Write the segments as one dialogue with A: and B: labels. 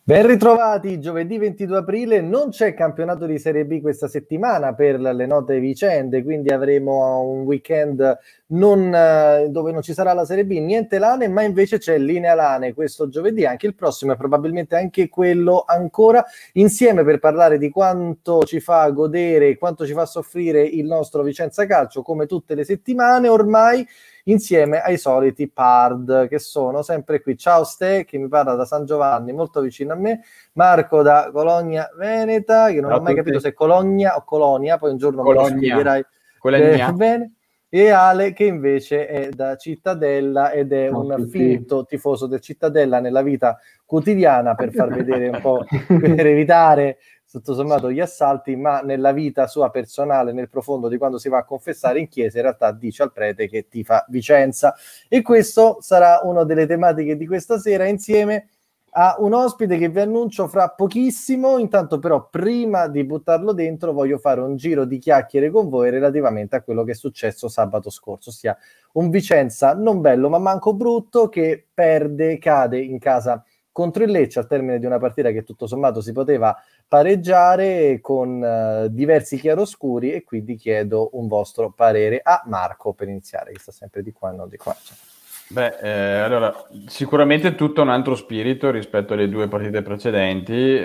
A: Ben ritrovati, giovedì 22 aprile, non c'è campionato di Serie B questa settimana per le note vicende, quindi avremo un weekend dove non ci sarà la Serie B, niente Lane, ma invece c'è Linea Lane questo giovedì, anche il prossimo e probabilmente anche quello ancora, insieme per parlare di quanto ci fa godere, quanto ci fa soffrire il nostro Vicenza Calcio, come tutte le settimane ormai, insieme ai soliti Pard che sono sempre qui. Ciao Ste, che mi parla da San Giovanni, molto vicino a me, Marco da Cologna Veneta, che non ho mai capito se è Cologna o Colonia, poi un giorno me lo spiegherai bene, e Ale che invece è da Cittadella ed è un finto tifoso del Cittadella nella vita quotidiana per far vedere un po', per evitare tutto sommato gli assalti, ma nella vita sua personale, nel profondo di quando si va a confessare in chiesa, in realtà dice al prete che tifa Vicenza. E questo sarà una delle tematiche di questa sera, insieme a un ospite che vi annuncio fra pochissimo. Intanto però, prima di buttarlo dentro, voglio fare un giro di chiacchiere con voi relativamente a quello che è successo sabato scorso, ossia un Vicenza non bello ma manco brutto che cade in casa contro il Lecce al termine di una partita che tutto sommato si poteva pareggiare con diversi chiaroscuri, e quindi chiedo un vostro parere a Marco per iniziare, che sta sempre di qua e non di qua.
B: Allora, sicuramente tutto un altro spirito rispetto alle due partite precedenti.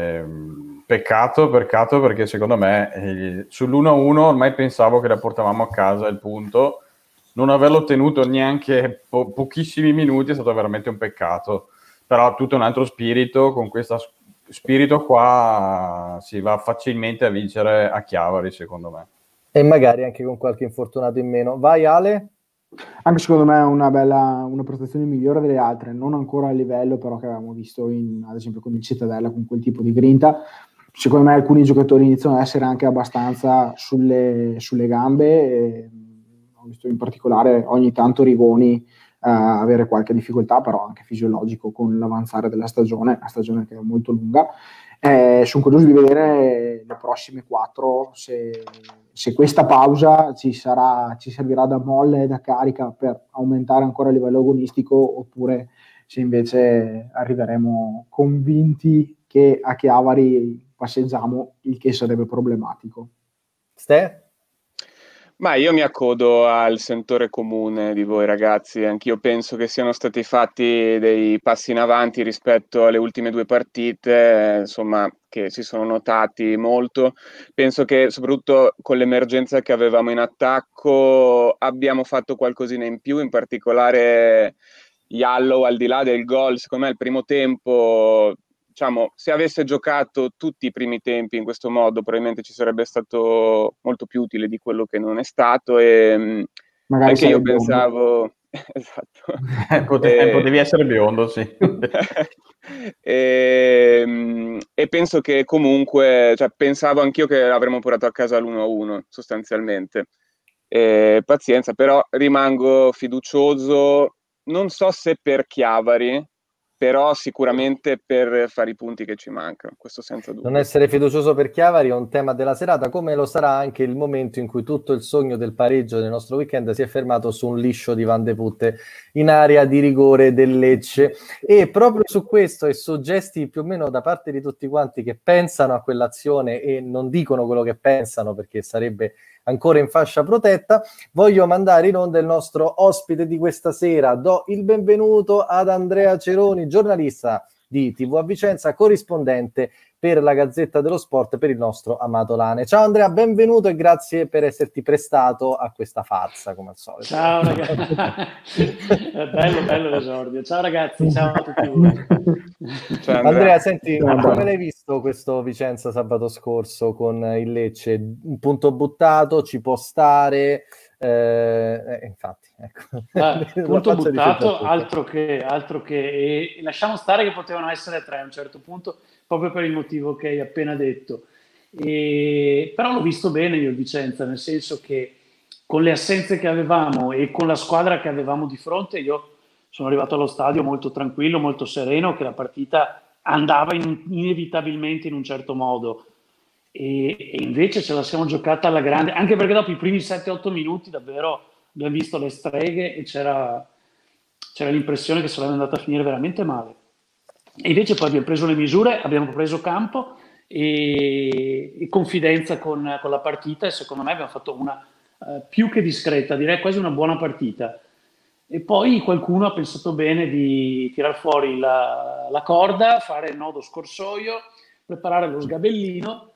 B: Peccato perché secondo me sull'1-1 ormai pensavo che la portavamo a casa il punto. Non averlo ottenuto neanche pochissimi minuti è stato veramente un peccato. Però tutto un altro spirito, con questo spirito qua si va facilmente a vincere a Chiavari, secondo me.
A: E magari anche con qualche infortunato in meno. Vai Ale?
C: Anche secondo me è una prestazione migliore delle altre, non ancora a livello però che avevamo visto ad esempio con il Cittadella, con quel tipo di grinta. Secondo me alcuni giocatori iniziano ad essere anche abbastanza sulle gambe, e ho visto in particolare ogni tanto Rigoni avere qualche difficoltà, però anche fisiologico con l'avanzare della stagione, una stagione che è molto lunga. Sono curioso di vedere le prossime 4 se questa pausa ci servirà da molle e da carica per aumentare ancora il livello agonistico, oppure se invece arriveremo convinti che a Chiavari passeggiamo, il che sarebbe problematico.
A: Ste?
D: Ma io mi accodo al sentore comune di voi ragazzi, anch'io penso che siano stati fatti dei passi in avanti rispetto alle ultime 2 partite, insomma, che si sono notati molto. Penso che soprattutto con l'emergenza che avevamo in attacco abbiamo fatto qualcosina in più, in particolare Yallow, al di là del gol, secondo me il primo tempo, diciamo, se avesse giocato tutti i primi tempi in questo modo, probabilmente ci sarebbe stato molto più utile di quello che non è stato. E
C: magari
D: anche io pensavo
B: esatto. Potevi essere biondo, sì.
D: E penso che comunque, cioè, pensavo anch'io che avremmo portato a casa l'1-1 sostanzialmente. Pazienza, però rimango fiducioso, non so se per Chiavari, però sicuramente per fare i punti che ci mancano, questo senza dubbio.
A: Non essere fiducioso per Chiavari è un tema della serata, come lo sarà anche il momento in cui tutto il sogno del pareggio del nostro weekend si è fermato su un liscio di Van de Putte in area di rigore del Lecce. E proprio su questo e su gesti più o meno da parte di tutti quanti che pensano a quell'azione e non dicono quello che pensano perché sarebbe ancora in fascia protetta, voglio mandare in onda il nostro ospite di questa sera. Do il benvenuto ad Andrea Ceroni, giornalista di TV a Vicenza, corrispondente per la Gazzetta dello Sport per il nostro amato Lane. Ciao Andrea, benvenuto e grazie per esserti prestato a questa farsa come al solito.
E: Ciao ragazzi, bello l'esordio. Ciao ragazzi, ciao a tutti voi.
A: Ciao, Andrea, senti, come l'hai visto questo Vicenza sabato scorso con il Lecce? Un punto buttato, ci può stare? Infatti, ecco.
E: Punto buttato, altro che e lasciamo stare che potevano essere 3 a un certo punto, proprio per il motivo che hai appena detto. Però l'ho visto bene io il Vicenza, nel senso che con le assenze che avevamo e con la squadra che avevamo di fronte, io sono arrivato allo stadio molto tranquillo, molto sereno, che la partita andava inevitabilmente in un certo modo. E invece ce la siamo giocata alla grande, anche perché dopo i primi 7-8 minuti davvero abbiamo visto le streghe e c'era l'impressione che sarebbe andata a finire veramente male. E invece poi abbiamo preso le misure, abbiamo preso campo e confidenza con la partita, e secondo me abbiamo fatto una più che discreta, direi quasi una buona partita. E poi qualcuno ha pensato bene di tirar fuori la corda, fare il nodo scorsoio, preparare lo sgabellino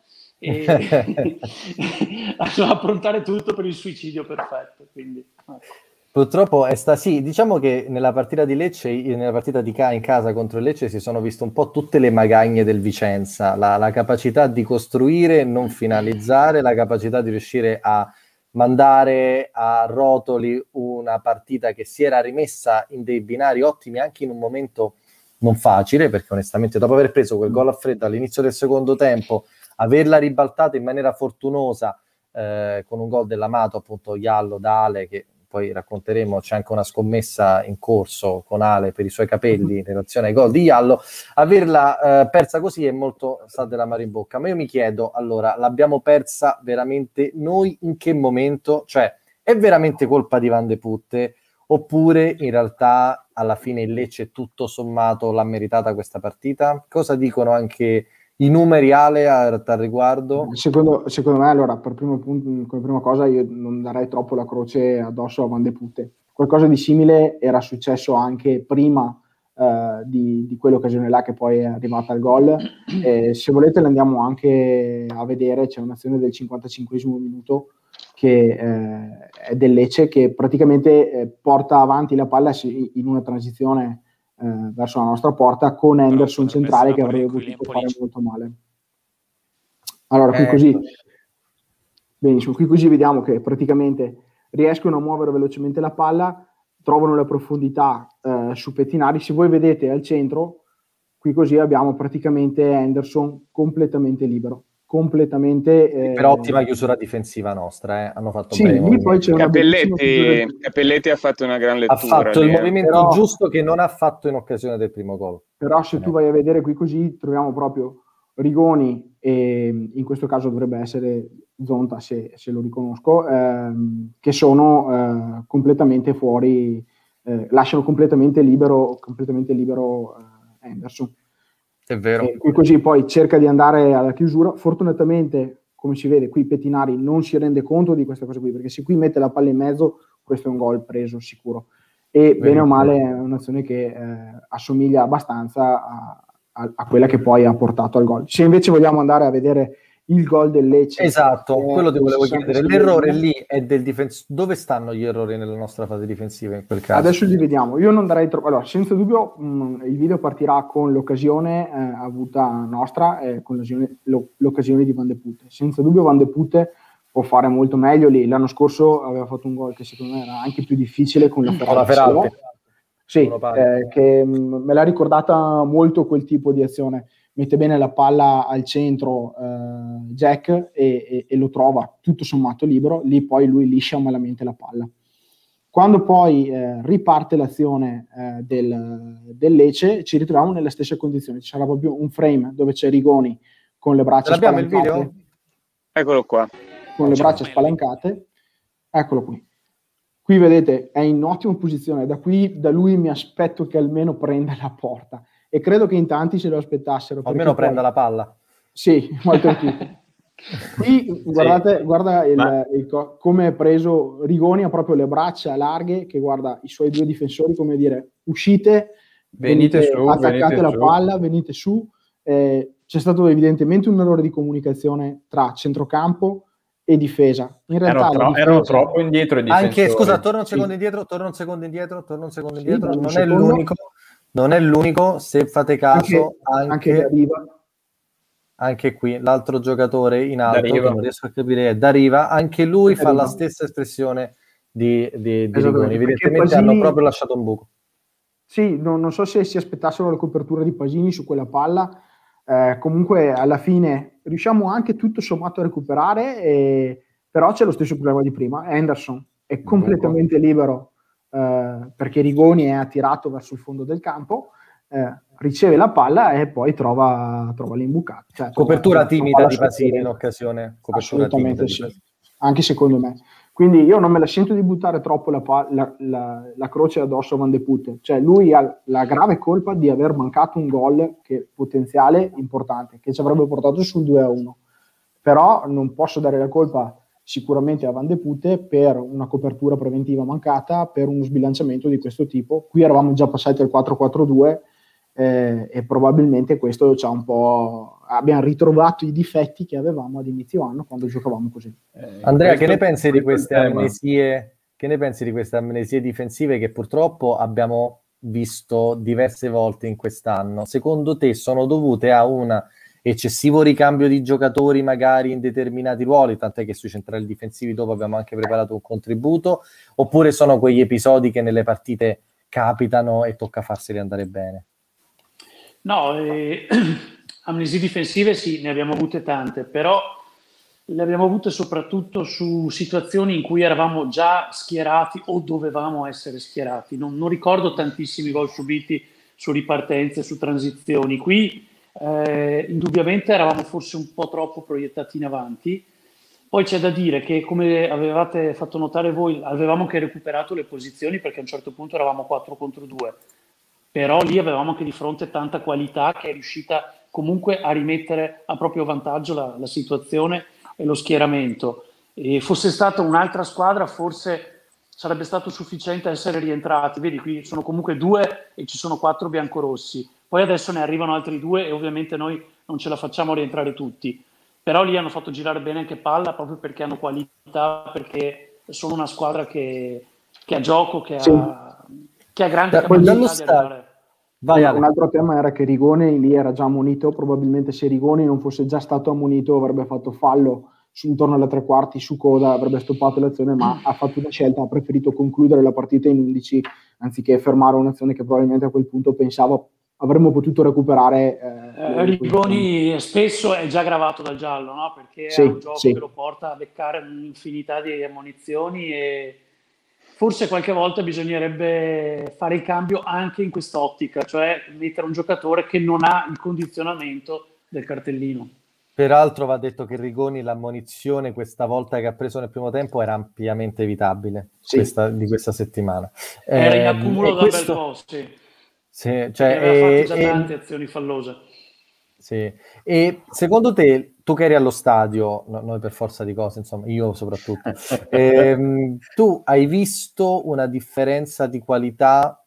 E: e approntare tutto per il suicidio perfetto. Quindi, ecco.
A: Purtroppo sì, diciamo che nella partita di Lecce, nella partita in casa contro il Lecce si sono viste un po' tutte le magagne del Vicenza, la capacità di costruire, non finalizzare, la capacità di riuscire a mandare a rotoli una partita che si era rimessa in dei binari ottimi anche in un momento non facile, perché onestamente dopo aver preso quel gol a freddo all'inizio del secondo tempo, averla ribaltata in maniera fortunosa con un gol dell'amato, appunto Iallo da Ale, che poi racconteremo, c'è anche una scommessa in corso con Ale per i suoi capelli in relazione ai gol di Iallo, averla persa così è molto sa dell'amaro in bocca. Ma io mi chiedo, allora, l'abbiamo persa veramente noi in che momento? Cioè, è veramente colpa di Van de Putte oppure in realtà alla fine il Lecce tutto sommato l'ha meritata questa partita? Cosa dicono anche i numeri, Ale, al riguardo?
C: Secondo me, allora, per prima cosa, io non darei troppo la croce addosso a Van de Putte. Qualcosa di simile era successo anche prima di quell'occasione là che poi è arrivata al gol. Se volete, andiamo anche a vedere, c'è un'azione del 55esimo minuto che è del Lecce, che praticamente porta avanti la palla in una transizione verso la nostra porta con Henderson centrale che avrebbe potuto fare molto male. Allora qui così benissimo, qui così vediamo che praticamente riescono a muovere velocemente la palla, trovano la profondità su Pettinari. Se voi vedete al centro, qui così abbiamo praticamente Henderson completamente libero, completamente
A: per ottima chiusura difensiva nostra, hanno fatto
C: sì,
A: bene.
C: Lì poi c'è
D: Capelletti ha fatto una gran lettura,
A: ha fatto il movimento giusto che non ha fatto in occasione del primo gol.
C: Però se tu vai a vedere qui così troviamo proprio Rigoni e in questo caso dovrebbe essere Zonta, se lo riconosco, che sono completamente fuori, lasciano completamente libero Henderson.
A: È vero.
C: E qui così poi cerca di andare alla chiusura. Fortunatamente, come si vede, qui Pettinari non si rende conto di questa cosa qui, perché se qui mette la palla in mezzo, questo è un gol preso sicuro. E bene o male è un'azione che assomiglia abbastanza a quella che poi ha portato al gol. Se invece vogliamo andare a vedere il gol del Lecce,
A: esatto, quello ti volevo chiedere, l'errore lì è del difensore. Dove stanno gli errori nella nostra fase difensiva in quel caso?
C: Adesso li vediamo. Io non darei troppo. Allora, senza dubbio il video partirà con l'occasione avuta nostra, con l'occasione di Van de Putte. Senza dubbio Van de Putte può fare molto meglio lì. L'anno scorso aveva fatto un gol che secondo me era anche più difficile con la Ferrari. Sì, che me l'ha ricordata molto quel tipo di azione. Mette bene la palla al centro Jack e lo trova tutto sommato libero, lì poi lui liscia malamente la palla. Quando poi riparte l'azione del Lecce, ci ritroviamo nelle stesse condizioni. Ci sarà proprio un frame dove c'è Rigoni con le braccia spalancate.
A: Il video?
D: Eccolo qua.
C: Con le braccia spalancate. Eccolo qui. Qui vedete, è in ottima posizione. Da lui mi aspetto che almeno prenda la porta. E credo che in tanti se lo aspettassero.
A: Almeno prenda la palla.
C: Sì, molto tutto. Qui guardate, guarda come è preso Rigoni, ha proprio le braccia larghe, che guarda i suoi due difensori, come dire, uscite, venite su, attaccate la palla, venite su. C'è stato evidentemente un errore di comunicazione tra centrocampo e difesa. In realtà
B: erano troppo indietro i difensori.
A: Anche, scusa, torna un secondo indietro, non è l'unico, se fate caso,
C: anche Dariva.
A: Anche qui l'altro giocatore in alto, che non riesco a capire, è Dariva, anche lui fa la stessa espressione di Rigoni, evidentemente Pasini, hanno proprio lasciato un buco.
C: Sì, non so se si aspettassero la copertura di Pasini su quella palla, comunque alla fine riusciamo anche tutto sommato a recuperare, però c'è lo stesso problema di prima. Henderson è completamente libero perché Rigoni è attirato verso il fondo del campo, riceve la palla e poi trova l'imbucato. Cioè,
A: copertura timida di Pasini in occasione.
C: Assolutamente sì, anche secondo me. Quindi io non me la sento di buttare troppo la croce addosso a Van de Putte. Cioè lui ha la grave colpa di aver mancato un gol potenziale importante, che ci avrebbe portato sul 2-1. Però non posso dare la colpa sicuramente a Van de Putte per una copertura preventiva mancata, per uno sbilanciamento di questo tipo. Qui eravamo già passati al 4-4-2 e probabilmente questo ci ha un po'... abbiamo ritrovato i difetti che avevamo ad inizio anno quando giocavamo così.
A: Andrea, che ne pensi di queste amnesie? Che ne pensi di queste amnesie difensive che purtroppo abbiamo visto diverse volte in quest'anno? Secondo te sono dovute a un eccessivo ricambio di giocatori magari in determinati ruoli, tant'è che sui centrali difensivi dopo abbiamo anche preparato un contributo, oppure sono quegli episodi che nelle partite capitano e tocca farseli andare bene?
E: No, amnesie difensive sì, ne abbiamo avute tante, però le abbiamo avute soprattutto su situazioni in cui eravamo già schierati o dovevamo essere schierati. Non ricordo tantissimi gol subiti su ripartenze, su transizioni. Qui indubbiamente eravamo forse un po' troppo proiettati in avanti. Poi c'è da dire che, come avevate fatto notare voi, avevamo anche recuperato le posizioni, perché a un certo punto eravamo 4 contro 2. Però lì avevamo anche di fronte tanta qualità che è riuscita comunque a rimettere a proprio vantaggio la situazione e lo schieramento. E fosse stata un'altra squadra forse sarebbe stato sufficiente essere rientrati. Vedi, qui sono comunque 2 e ci sono 4 biancorossi. Poi adesso ne arrivano altri 2 e ovviamente noi non ce la facciamo rientrare tutti. Però lì hanno fatto girare bene anche palla proprio perché hanno qualità, perché sono una squadra che ha gioco, che ha grande capacità di arrivare.
C: Un altro tema era che Rigoni lì era già ammonito, probabilmente se Rigoni non fosse già stato ammonito avrebbe fatto fallo intorno alle 3/4 su coda, avrebbe stoppato l'azione, ma ha fatto una scelta, ha preferito concludere la partita in 11 anziché fermare un'azione che probabilmente a quel punto pensava avremmo potuto recuperare.
E: Rigoni spesso è già gravato dal giallo, no? Perché
C: sì,
E: ha un gioco
C: sì.
E: che lo porta a beccare un'infinità di ammonizioni e forse qualche volta bisognerebbe fare il cambio anche in quest'ottica, cioè mettere un giocatore che non ha il condizionamento del cartellino.
A: Peraltro va detto che Rigoni l'ammonizione questa volta che ha preso nel primo tempo era ampiamente evitabile,
C: sì.
A: di questa settimana.
E: Era in accumulo da questo... bel po', sì.
A: Sì,
E: cioè, aveva fatto già tante azioni fallose.
A: Sì. E secondo te, tu che eri allo stadio, noi per forza di cose, insomma, io soprattutto, tu hai visto una differenza di qualità,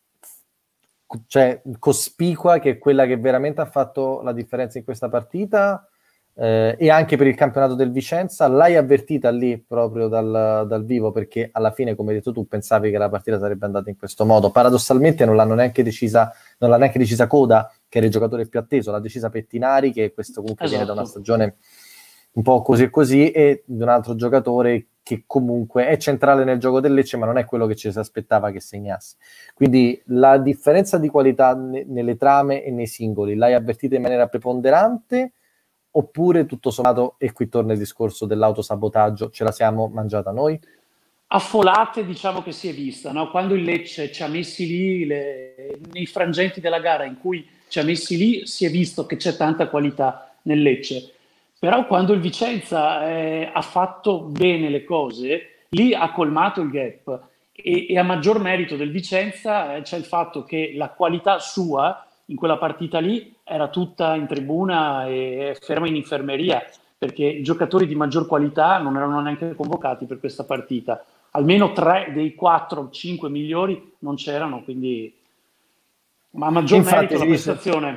A: cioè cospicua, che è quella che veramente ha fatto la differenza in questa partita? E anche per il campionato del Vicenza, l'hai avvertita lì proprio dal vivo? Perché alla fine, come hai detto tu, pensavi che la partita sarebbe andata in questo modo. Paradossalmente non l'ha neanche decisa Coda, che era il giocatore più atteso, l'ha decisa Pettinari, che questo comunque viene da una stagione un po' così e così, e di un altro giocatore che comunque è centrale nel gioco del Lecce, ma non è quello che ci si aspettava che segnasse. Quindi la differenza di qualità nelle trame e nei singoli l'hai avvertita in maniera preponderante, oppure tutto sommato, e qui torna il discorso dell'autosabotaggio, ce la siamo mangiata noi?
E: A folate diciamo che si è vista, no? Quando il Lecce ci ha messi lì nei frangenti della gara in cui ci ha messi lì, si è visto che c'è tanta qualità nel Lecce. Però quando il Vicenza ha fatto bene le cose, lì ha colmato il gap, e a maggior merito del Vicenza c'è il fatto che la qualità sua in quella partita lì era tutta in tribuna e ferma in infermeria, perché i giocatori di maggior qualità non erano neanche convocati per questa partita. Almeno 3 dei 4-5 migliori non c'erano, quindi ma a maggior merito la prestazione.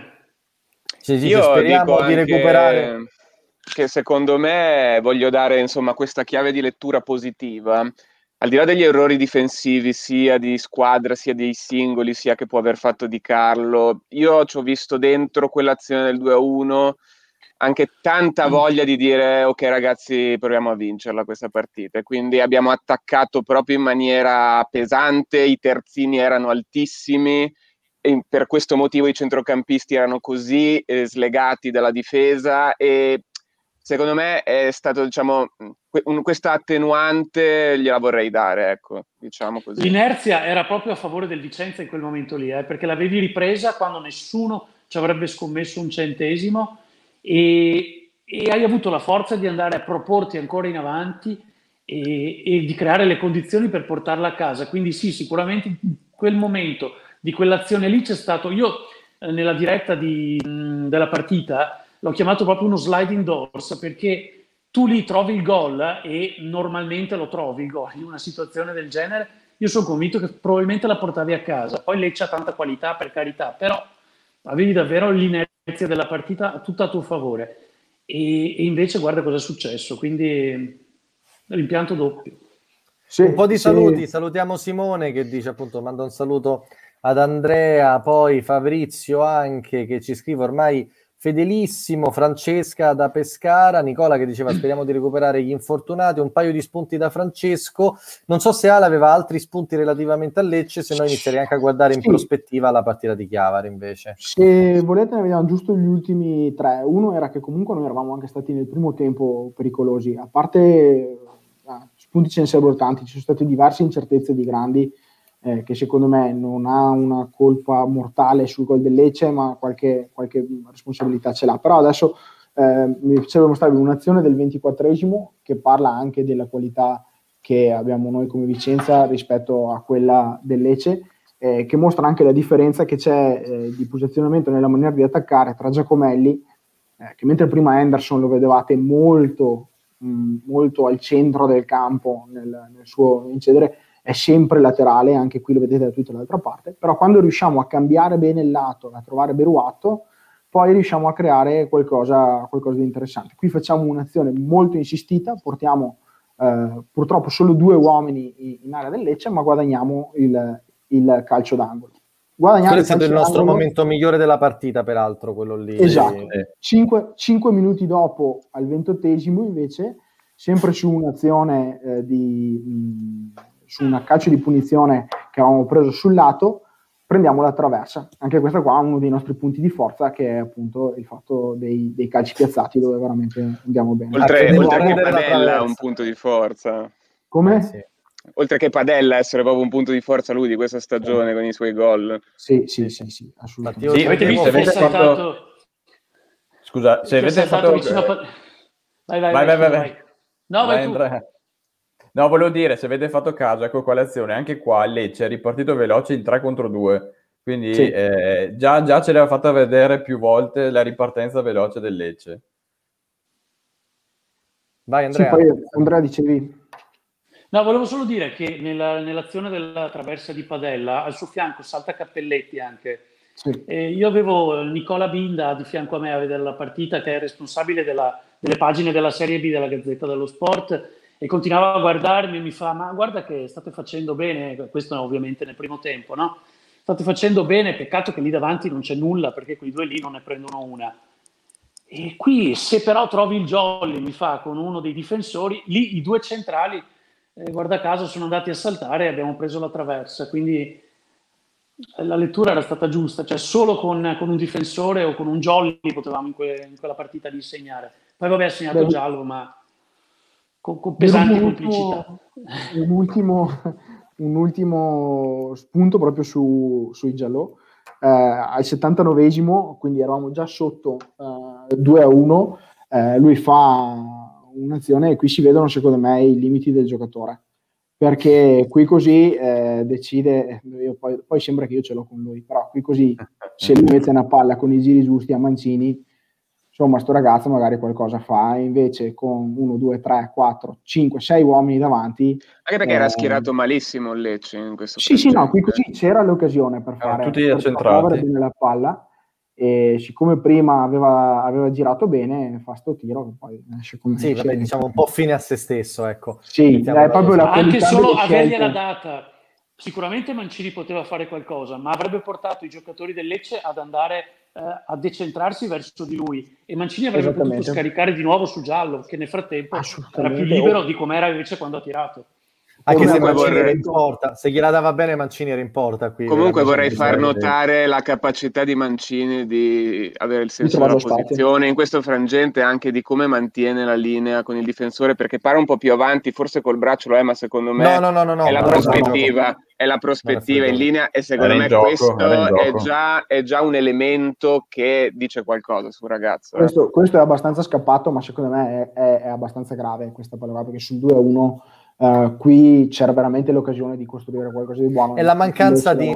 D: Io speriamo di recuperare. Che secondo me voglio dare insomma questa chiave di lettura positiva. Al di là degli errori difensivi, sia di squadra, sia dei singoli, sia che può aver fatto Di Carlo, io ci ho visto dentro quell'azione del 2-1 anche tanta voglia di dire ok ragazzi, proviamo a vincerla questa partita. E quindi abbiamo attaccato proprio in maniera pesante, i terzini erano altissimi e per questo motivo i centrocampisti erano così slegati dalla difesa, e secondo me è stato, diciamo, questa attenuante gliela vorrei dare, ecco, diciamo così.
E: L'inerzia era proprio a favore del Vicenza in quel momento lì, perché l'avevi ripresa quando nessuno ci avrebbe scommesso un centesimo, e hai avuto la forza di andare a proporti ancora in avanti e di creare le condizioni per portarla a casa. Quindi sì, sicuramente in quel momento di quell'azione lì c'è stato, io nella diretta della partita l'ho chiamato proprio uno sliding doors, perché tu lì trovi il gol e normalmente lo trovi il gol in una situazione del genere. Io sono convinto che probabilmente la portavi a casa. Poi Lecce ha tanta qualità, per carità, però avevi davvero l'inerzia della partita tutta a tuo favore. E invece guarda cosa è successo, quindi rimpianto doppio.
A: Sì, un po' di saluti, salutiamo Simone che dice appunto, manda un saluto ad Andrea, poi Fabrizio anche che ci scrive ormai fedelissimo, Francesca da Pescara, Nicola che diceva speriamo di recuperare gli infortunati, un paio di spunti da Francesco, non so se Ale aveva altri spunti relativamente a Lecce, se no inizierei anche a guardare in prospettiva la partita di Chiavari invece.
C: Se volete ne vediamo giusto gli ultimi 3, uno era che comunque noi eravamo anche stati nel primo tempo pericolosi, a parte spunti ce ne sarebbero tanti, ci sono state diverse incertezze di Grandi che secondo me non ha una colpa mortale sul gol del Lecce, ma qualche responsabilità ce l'ha. Però adesso mi piacerebbe mostrarvi un'azione del 24esimo che parla anche della qualità che abbiamo noi come Vicenza rispetto a quella del Lecce, che mostra anche la differenza che c'è di posizionamento nella maniera di attaccare tra Giacomelli, che mentre prima Henderson lo vedevate molto al centro del campo nel suo incedere, è sempre laterale, anche qui lo vedete da tutta l'altra parte, però quando riusciamo a cambiare bene il lato, a trovare Beruatto, poi riusciamo a creare qualcosa di interessante. Qui facciamo un'azione molto insistita, portiamo purtroppo solo 2 uomini in area del Lecce, ma guadagniamo il calcio d'angolo.
A: Quello è stato il nostro momento migliore della partita, peraltro, quello lì.
C: Esatto. 5 minuti dopo, al 28esimo, invece, sempre su un'azione su una calcio di punizione che avevamo preso sul lato, prendiamo la traversa. Anche questa qua è uno dei nostri punti di forza, che è appunto il fatto dei calci piazzati, dove veramente andiamo bene.
D: Oltre che Padella un punto di forza.
C: Come?
A: Sì.
D: Oltre che Padella essere proprio un punto di forza lui di questa stagione con i suoi gol.
C: Sì, assolutamente.
B: Sì,
E: avete visto che è saltato...
B: Scusa, se avete fatto...
E: vicino a... Vai. No, vai tu.
B: No, volevo dire, se avete fatto caso, ecco quale azione, anche qua Lecce è ripartito veloce in 3 contro 2, quindi sì. Già ce l'aveva fatta vedere più volte la ripartenza veloce del Lecce.
A: Vai Andrea.
C: Sì, poi Andrea dicevi...
E: No, volevo solo dire che nell'azione della traversa di Padella, al suo fianco salta Cappelletti anche. Sì. Io avevo Nicola Binda di fianco a me a vedere la partita, che è responsabile delle pagine della Serie B della Gazzetta dello Sport, e continuava a guardarmi e mi fa: ma guarda che state facendo bene, questo ovviamente nel primo tempo, no? State facendo bene, peccato che lì davanti non c'è nulla, perché quei 2 lì non ne prendono una. E qui se però trovi il Jolly, mi fa, con uno dei difensori, lì i 2 centrali, guarda caso, sono andati a saltare e abbiamo preso la traversa, quindi la lettura era stata giusta, cioè solo con un difensore o con un Jolly potevamo in quella partita di segnare. Poi vabbè, ha segnato giallo, ma con pesanti complicità.
C: Un ultimo spunto proprio sui giallo. Al 79esimo, quindi eravamo già sotto 2-1, lui fa un'azione e qui si vedono secondo me i limiti del giocatore, perché qui così decide, poi sembra che io ce l'ho con lui, però qui così se lui mette una palla con i giri giusti a Mancini, insomma sto ragazzo magari qualcosa fa, invece con 1, 2, 3, 4, 5, 6 uomini davanti,
D: anche perché era schierato malissimo il Lecce in questo
C: sì, no, qui così c'era l'occasione per muovere bene la palla, e siccome prima aveva girato bene, fa sto tiro che poi esce come
A: sì, vabbè, diciamo un po' fine a se stesso, ecco.
C: Sì, è proprio la
E: anche solo avergliela data. Sicuramente Mancini poteva fare qualcosa, ma avrebbe portato i giocatori del Lecce ad andare a decentrarsi verso di lui, e Mancini avrebbe potuto scaricare di nuovo su giallo, che nel frattempo era più libero di com'era invece quando ha tirato.
A: Anche se
D: Comunque
A: Mancini era
D: vorrei-
A: in porta, se gliela dava bene Mancini era in porta qui.
D: Comunque vorrei
A: veramente
D: far
A: bisogna vedere.
D: notare la capacità di Mancini di avere il senso
C: trovare
D: della
C: lo spazio.
D: posizione in questo frangente, anche di come mantiene la linea con il difensore, perché pare un po' più avanti, forse col braccio lo è, ma secondo me
A: No,
D: è la
A: non è fuori gioco.
D: prospettiva, è la
A: Non è
D: prospettiva
A: fuori
D: in
A: gioco.
D: linea, e secondo
B: Era in
D: me
B: gioco,
D: questo
B: era in
D: è
B: gioco.
D: già un elemento che dice qualcosa sul ragazzo.
C: Questo è abbastanza scappato, ma secondo me è abbastanza grave questa palla, perché sul 2-1 qui c'era veramente l'occasione di costruire qualcosa di buono.
A: È la mancanza
C: Invece,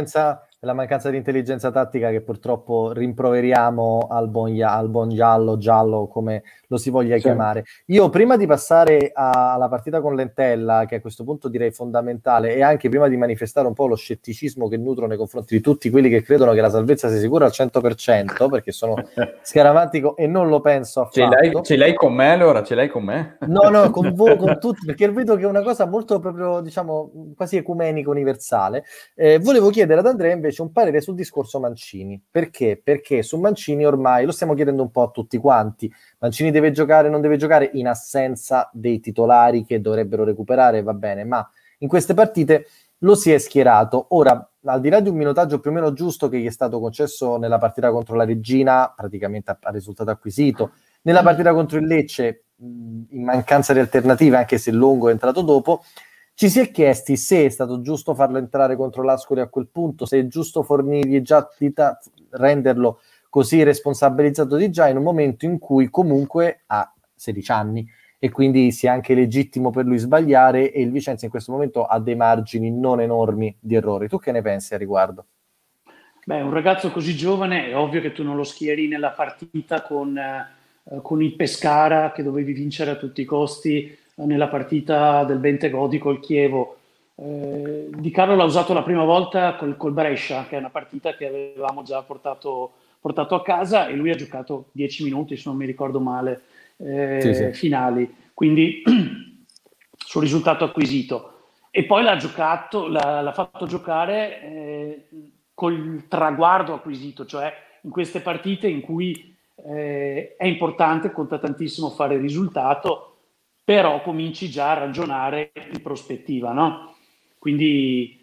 A: di intelligenza tattica che purtroppo rimproveriamo al buon giallo, come lo si voglia
C: Sì.
A: chiamare. Io prima di passare alla partita con Lentella, che a questo punto direi fondamentale, e anche prima di manifestare un po' lo scetticismo che nutro nei confronti di tutti quelli che credono che la salvezza sia sicura al 100%, perché sono scaramantico e non lo penso affatto.
B: Ce l'hai con me allora? Ce l'hai con me?
A: No, con voi, con tutti, perché vedo che è una cosa molto proprio, diciamo, quasi ecumenica, universale. Volevo chiedere ad Andrea invece un parere sul discorso Mancini. Perché? Perché su Mancini ormai lo stiamo chiedendo un po' a tutti quanti. Mancini deve giocare, non deve giocare in assenza dei titolari che dovrebbero recuperare, va bene, ma in queste partite lo si è schierato. Ora, al di là di un minutaggio più o meno giusto che gli è stato concesso nella partita contro la Reggina, praticamente a risultato acquisito, nella partita contro il Lecce, in mancanza di alternative, anche se Longo è entrato dopo, ci si è chiesti se è stato giusto farlo entrare contro l'Ascoli a quel punto, se è giusto fornirgli già renderlo così responsabilizzato di già in un momento in cui comunque ha 16 anni e quindi sia anche legittimo per lui sbagliare, e il Vicenza in questo momento ha dei margini non enormi di errori. Tu che ne pensi a riguardo?
E: Beh, un ragazzo così giovane è ovvio che tu non lo schieri nella partita con il Pescara, che dovevi vincere a tutti i costi, nella partita del Bentegodi col Chievo. Di Carlo l'ha usato la prima volta col Brescia, che è una partita che avevamo già portato a casa, e lui ha giocato 10 minuti, se non mi ricordo male,
A: Sì.
E: finali, quindi sul risultato acquisito. E poi l'ha fatto giocare col traguardo acquisito, cioè in queste partite in cui è importante, conta tantissimo fare il risultato, però cominci già a ragionare in prospettiva, no? Quindi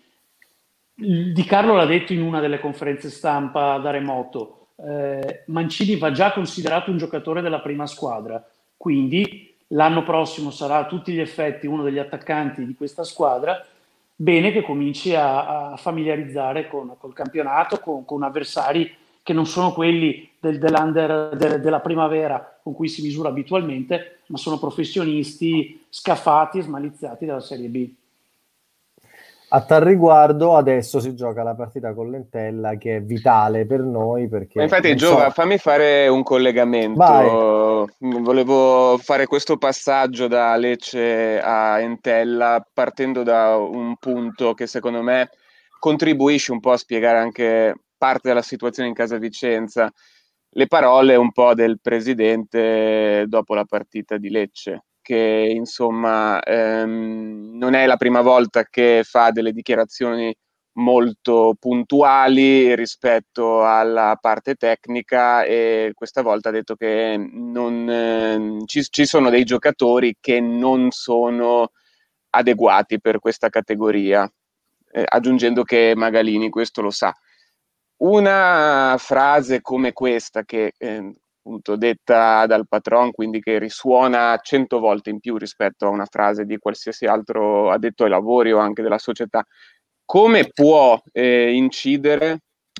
E: Di Carlo l'ha detto in una delle conferenze stampa da remoto, Mancini va già considerato un giocatore della prima squadra, quindi l'anno prossimo sarà a tutti gli effetti uno degli attaccanti di questa squadra. Bene che cominci a familiarizzare col campionato, con avversari che non sono quelli della primavera con cui si misura abitualmente, ma sono professionisti scafati e smaliziati dalla Serie B.
A: A tal riguardo adesso si gioca la partita con Lentella, che è vitale per noi, perché
D: Ma infatti, Giova, fammi fare un collegamento.
A: Vai.
D: Volevo fare questo passaggio da Lecce a Entella, partendo da un punto che secondo me contribuisce un po' a spiegare anche parte della situazione in casa Vicenza. Le parole un po' del presidente dopo la partita di Lecce, che insomma non è la prima volta che fa delle dichiarazioni molto puntuali rispetto alla parte tecnica, e questa volta ha detto che ci sono dei giocatori che non sono adeguati per questa categoria, aggiungendo che Magalini questo lo sa. Una frase come questa, che appunto detta dal patron, quindi che risuona 100 volte in più rispetto a una frase di qualsiasi altro addetto ai lavori o anche della società, come può incidere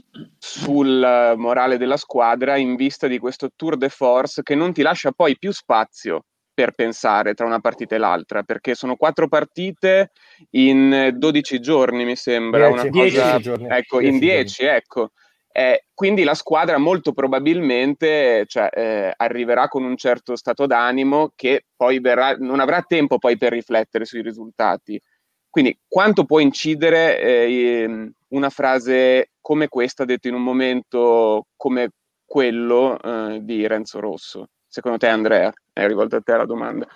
D: sul morale della squadra in vista di questo tour de force che non ti lascia poi più spazio per pensare tra una partita e l'altra, perché sono 4 partite in 12 giorni, mi sembra,
A: 10,
D: una cosa,
A: 10 giorni.
D: ecco,
A: 10
D: in 10,
A: giorni.
D: ecco. Quindi la squadra molto probabilmente arriverà con un certo stato d'animo che poi non avrà tempo poi per riflettere sui risultati. Quindi quanto può incidere una frase come questa detta in un momento come quello di Renzo Rosso? Secondo te, Andrea? È rivolta a te la domanda.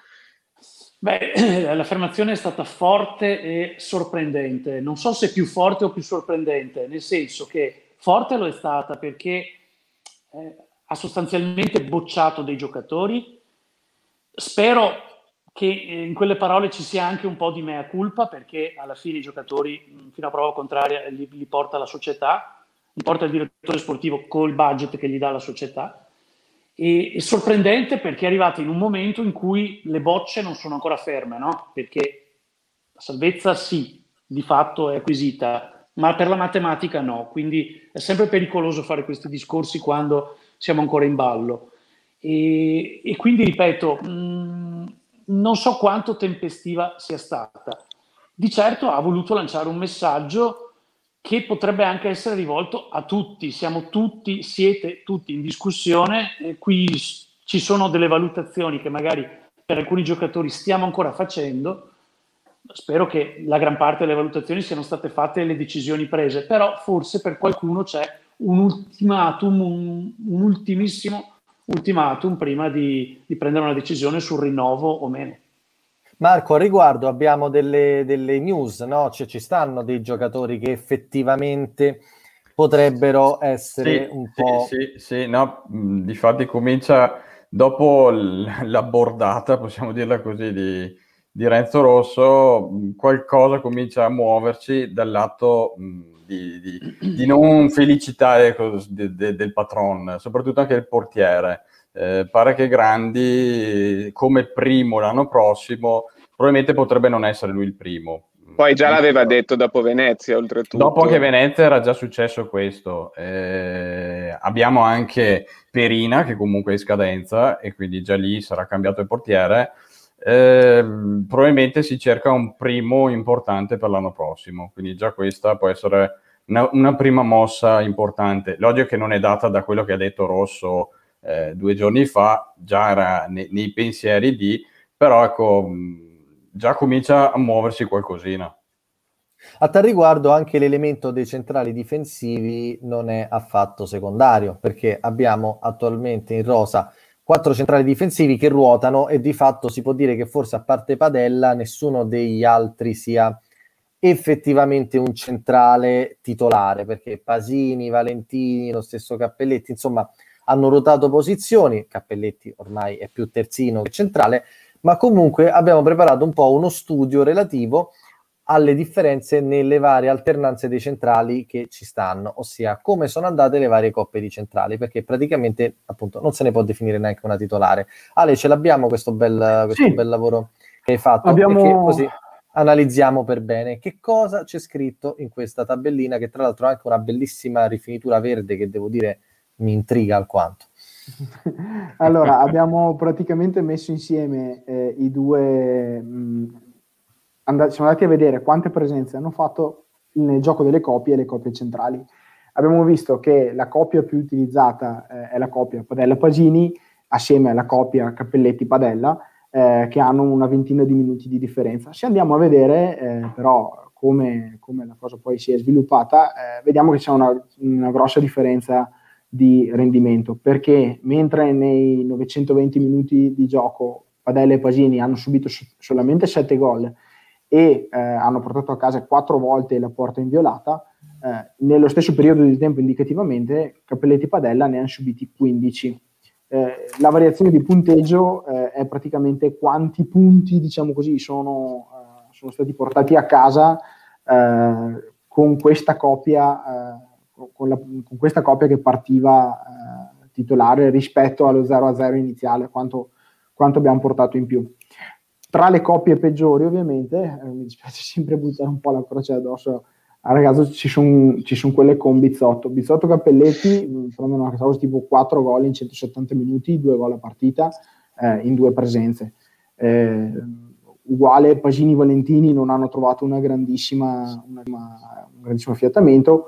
E: Beh, l'affermazione è stata forte e sorprendente. Non so se più forte o più sorprendente, nel senso che forte lo è stata perché ha sostanzialmente bocciato dei giocatori. Spero che in quelle parole ci sia anche un po' di mea culpa, perché alla fine i giocatori, fino a prova contraria, li porta la società, li porta il direttore sportivo col budget che gli dà la società. E sorprendente perché è arrivato in un momento in cui le bocce non sono ancora ferme, no? Perché la salvezza sì, di fatto è acquisita, ma per la matematica no, quindi è sempre pericoloso fare questi discorsi quando siamo ancora in ballo. E quindi ripeto, non so quanto tempestiva sia stata. Di certo ha voluto lanciare un messaggio che potrebbe anche essere rivolto a tutti. Siete tutti in discussione, qui ci sono delle valutazioni che magari per alcuni giocatori stiamo ancora facendo. Spero che la gran parte delle valutazioni siano state fatte e le decisioni prese, però forse per qualcuno c'è un ultimatum, un ultimissimo ultimatum prima di prendere una decisione sul rinnovo o meno.
A: Marco, a riguardo abbiamo delle news, no? Cioè, ci stanno dei giocatori che effettivamente potrebbero essere un po'...
B: Sì, no, difatti comincia dopo la bordata, possiamo dirla così, di Renzo Rosso, qualcosa comincia a muoverci dal lato di non felicità del patron, soprattutto anche il portiere. Pare che Grandi, come primo l'anno prossimo, probabilmente potrebbe non essere lui il primo.
D: Poi già l'aveva detto dopo Venezia, oltretutto.
B: Dopo anche Venezia era già successo questo. Abbiamo anche Perina, che comunque è in scadenza, e quindi già lì sarà cambiato il portiere. Probabilmente si cerca un primo importante per l'anno prossimo, quindi già questa può essere una prima mossa importante. Logico che non è data da quello che ha detto Rosso 2 giorni fa, già era nei pensieri però ecco, già comincia a muoversi qualcosina.
A: A tal riguardo anche l'elemento dei centrali difensivi non è affatto secondario, perché abbiamo attualmente in rosa 4 centrali difensivi che ruotano e di fatto si può dire che forse a parte Padella nessuno degli altri sia effettivamente un centrale titolare, perché Pasini, Valentini, lo stesso Cappelletti, insomma hanno ruotato posizioni. Cappelletti ormai è più terzino che centrale, ma comunque abbiamo preparato un po' uno studio relativo alle differenze nelle varie alternanze dei centrali che ci stanno, ossia come sono andate le varie coppie di centrali, perché praticamente appunto non se ne può definire neanche una titolare. Ale, ce l'abbiamo questo bel lavoro che hai fatto, e che così analizziamo per bene che cosa c'è scritto in questa tabellina, che tra l'altro ha anche una bellissima rifinitura verde che devo dire mi intriga alquanto.
C: Allora, abbiamo praticamente messo insieme i due... siamo andati a vedere quante presenze hanno fatto nel gioco delle coppie e le coppie centrali. Abbiamo visto che la coppia più utilizzata è la coppia Padella-Pasini, assieme alla coppia Cappelletti-Padella, che hanno una ventina di minuti di differenza. Se andiamo a vedere però come la cosa poi si è sviluppata, vediamo che c'è una grossa differenza di rendimento, perché mentre nei 920 minuti di gioco Padella e Pasini hanno subito solamente 7 gol e hanno portato a casa 4 volte la porta inviolata, nello stesso periodo di tempo indicativamente Cappelletti e Padella ne hanno subiti 15. La variazione di punteggio è praticamente quanti punti, diciamo così, sono stati portati a casa con questa coppia con questa coppia che partiva titolare rispetto allo 0-0 iniziale, quanto abbiamo portato in più. Tra le coppie peggiori, ovviamente, mi dispiace sempre buttare un po' la croce addosso al ragazzo, ci sono quelle con Bizzotto Cappelletti, prendono a casa tipo 4 gol in 170 minuti, 2 gol a partita in 2 presenze. Uguale Pasini Valentini non hanno trovato un grandissimo affiatamento.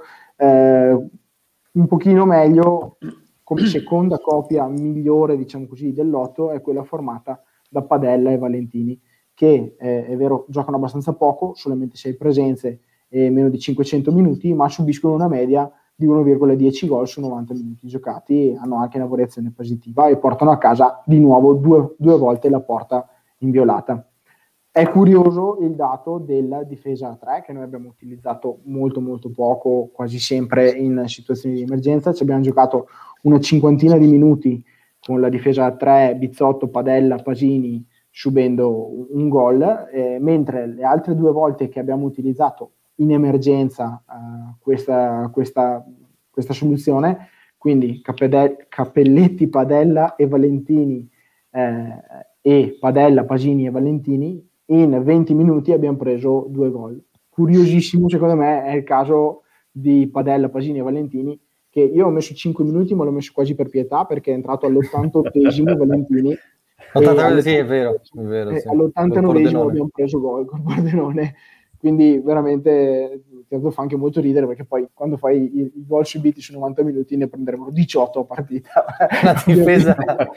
C: Un pochino meglio, come seconda coppia migliore, diciamo così, del lotto è quella formata da Padella e Valentini, che è vero giocano abbastanza poco, solamente 6 presenze e meno di 500 minuti, ma subiscono una media di 1,10 gol su 90 minuti giocati, hanno anche una variazione positiva e portano a casa di nuovo due volte la porta inviolata. È curioso il dato della difesa a 3, che noi abbiamo utilizzato molto molto poco, quasi sempre in situazioni di emergenza. Ci abbiamo giocato una 50 di minuti con la difesa a 3, Bizzotto, Padella, Pasini, subendo un gol, mentre le altre 2 volte che abbiamo utilizzato in emergenza questa soluzione, quindi Cappelletti, Padella e Valentini, e Padella, Pasini e Valentini, in 20 minuti abbiamo preso 2 gol. Curiosissimo, secondo me, è il caso di Padella, Pasini e Valentini, che io ho messo 5 minuti, ma l'ho messo quasi per pietà, perché è entrato all'88esimo Valentini.
A: Sì, è vero, sì.
C: All'89esimo abbiamo preso gol col Pordenone. Quindi veramente fa anche molto ridere, perché poi quando fai i gol subiti su 90 minuti ne prenderebbero 18 a partita.
A: La difesa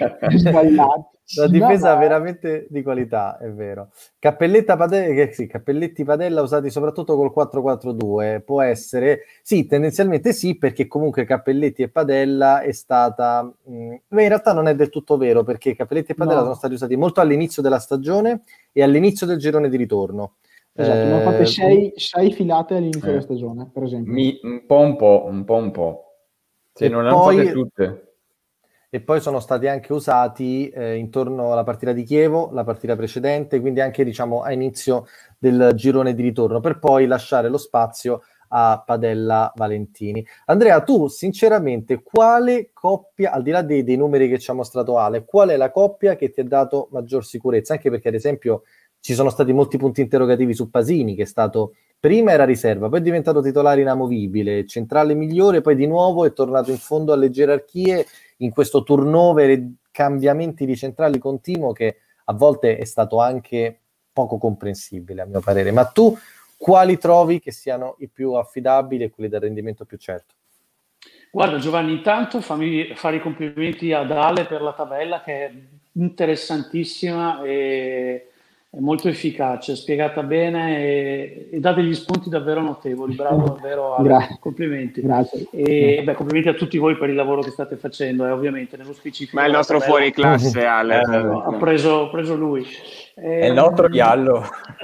C: la
A: difesa veramente di qualità, è vero. Cappelletti, Padella usati soprattutto col 4-4-2, può essere, sì, tendenzialmente sì, perché comunque Cappelletti e Padella è stata, in realtà non è del tutto vero, perché Cappelletti e Padella sono stati usati molto all'inizio della stagione e all'inizio del girone di ritorno.
C: Esatto, ne ho fatte 6 filate all'inizio della stagione, per esempio.
B: Un po'. Se non hanno fatte tutte.
A: E poi sono stati anche usati intorno alla partita di Chievo, la partita precedente, quindi anche diciamo a inizio del girone di ritorno, per poi lasciare lo spazio a Padella Valentini. Andrea, tu sinceramente quale coppia, al di là dei numeri che ci ha mostrato Ale, qual è la coppia che ti ha dato maggior sicurezza? Anche perché ad esempio ci sono stati molti punti interrogativi su Pasini, che è stato, prima era riserva, poi è diventato titolare inamovibile, centrale migliore, poi di nuovo è tornato in fondo alle gerarchie in questo turnover e cambiamenti di centrali continuo che a volte è stato anche poco comprensibile a mio parere. Ma tu quali trovi che siano i più affidabili e quelli del rendimento più certo?
E: Guarda Giovanni, intanto fammi fare i complimenti ad Ale per la tabella, che è interessantissima e è molto efficace, spiegata bene e dà degli spunti davvero notevoli. Bravo davvero Ale, complimenti.
C: Grazie.
E: E complimenti a tutti voi per il lavoro che state facendo, ovviamente nello specifico.
D: Ma è il nostro fuori classe, Ale.
E: Ha preso lui.
B: È il nostro giallo.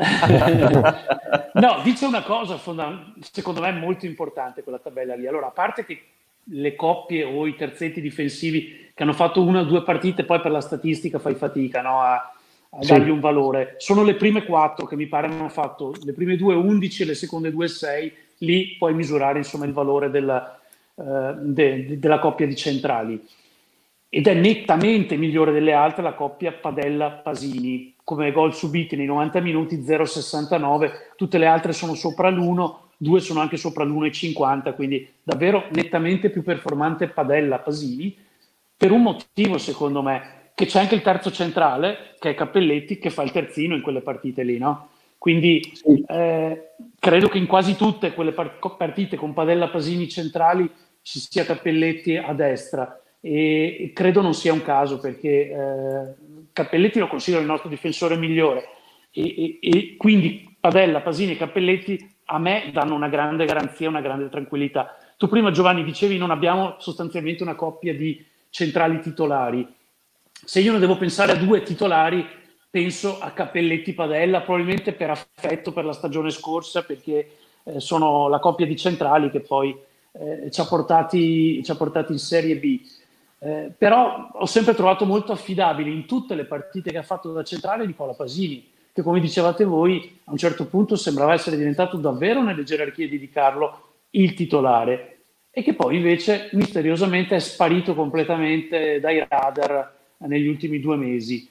E: No, dice una cosa secondo me molto importante quella tabella lì. Allora, a parte che le coppie o i terzetti difensivi che hanno fatto 1 o 2 partite, poi per la statistica fai fatica, no? a dargli un valore. Sono le prime 4 che mi pare hanno fatto, le prime 2 11 e le seconde 2 6, lì puoi misurare insomma il valore della coppia di centrali. Ed è nettamente migliore delle altre la coppia Padella-Pasini, come gol subiti nei 90 minuti 0,69, tutte le altre sono sopra l'1, 2 sono anche sopra l'1,50, quindi davvero nettamente più performante Padella-Pasini, per un motivo secondo me, che c'è anche il terzo centrale, che è Cappelletti, che fa il terzino in quelle partite lì, no? Quindi credo che in quasi tutte quelle partite con Padella-Pasini centrali ci sia Cappelletti a destra, e credo non sia un caso, perché Cappelletti lo considero il nostro difensore migliore e quindi Padella, Pasini e Cappelletti a me danno una grande garanzia, una grande tranquillità. Tu prima Giovanni dicevi non abbiamo sostanzialmente una coppia di centrali titolari. Se io ne devo pensare a 2 titolari, penso a Cappelletti Padella, probabilmente per affetto per la stagione scorsa, perché sono la coppia di centrali che poi ci ha portati in Serie B. Però ho sempre trovato molto affidabile in tutte le partite che ha fatto da centrale Nicola Pasini, che come dicevate voi a un certo punto sembrava essere diventato davvero nelle gerarchie di Di Carlo il titolare, e che poi invece misteriosamente è sparito completamente dai radar negli ultimi 2 mesi.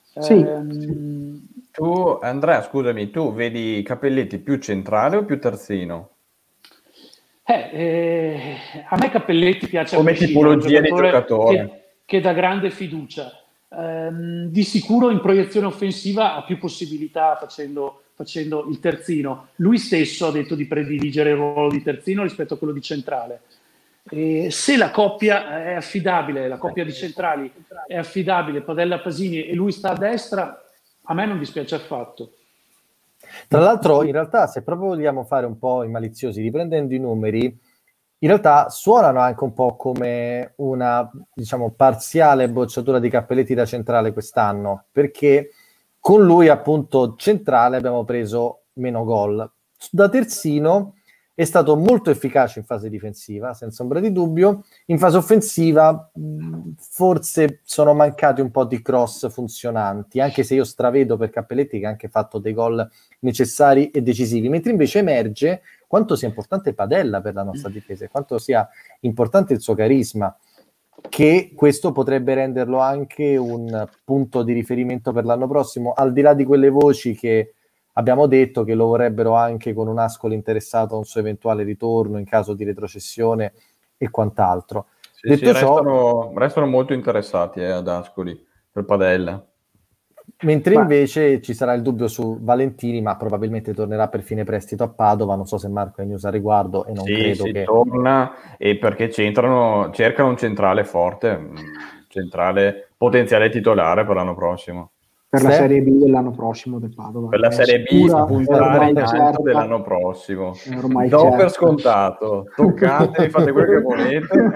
B: Tu Andrea, scusami, tu vedi Cappelletti più centrale o più terzino?
E: A me Cappelletti piace
B: come tipologia di giocatore
E: che dà grande fiducia. Di sicuro in proiezione offensiva ha più possibilità facendo il terzino. Lui stesso ha detto di prediligere il ruolo di terzino rispetto a quello di centrale. Se la coppia è affidabile, la coppia di centrali è affidabile, Padella Pasini, e lui sta a destra, a me non dispiace affatto.
A: Tra l'altro, in realtà, se proprio vogliamo fare un po' i maliziosi, riprendendo i numeri, in realtà suonano anche un po' come una, diciamo, parziale bocciatura di Cappelletti da centrale quest'anno, perché con lui, appunto, centrale abbiamo preso meno gol. Da terzino è stato molto efficace in fase difensiva, senza ombra di dubbio. In fase offensiva forse sono mancati un po' di cross funzionanti, anche se io stravedo per Cappelletti, che ha anche fatto dei gol necessari e decisivi, mentre invece emerge quanto sia importante Padella per la nostra difesa e quanto sia importante il suo carisma, che questo potrebbe renderlo anche un punto di riferimento per l'anno prossimo, al di là di quelle voci che abbiamo detto che lo vorrebbero anche con un Ascoli interessato a un suo eventuale ritorno in caso di retrocessione e quant'altro.
B: Sì, detto ciò, restano molto interessati ad Ascoli per Padella.
A: Mentre invece ci sarà il dubbio su Valentini, ma probabilmente tornerà per fine prestito a Padova. Non so se Marco hai news a riguardo e non credo che...
B: torna, e perché cercano un centrale forte, un centrale potenziale titolare per l'anno prossimo.
C: Per la Serie B dell'anno prossimo del Padova.
B: Per la Serie B puntare in alto dell'anno prossimo. Do per scontato, toccatevi, fate quello che volete.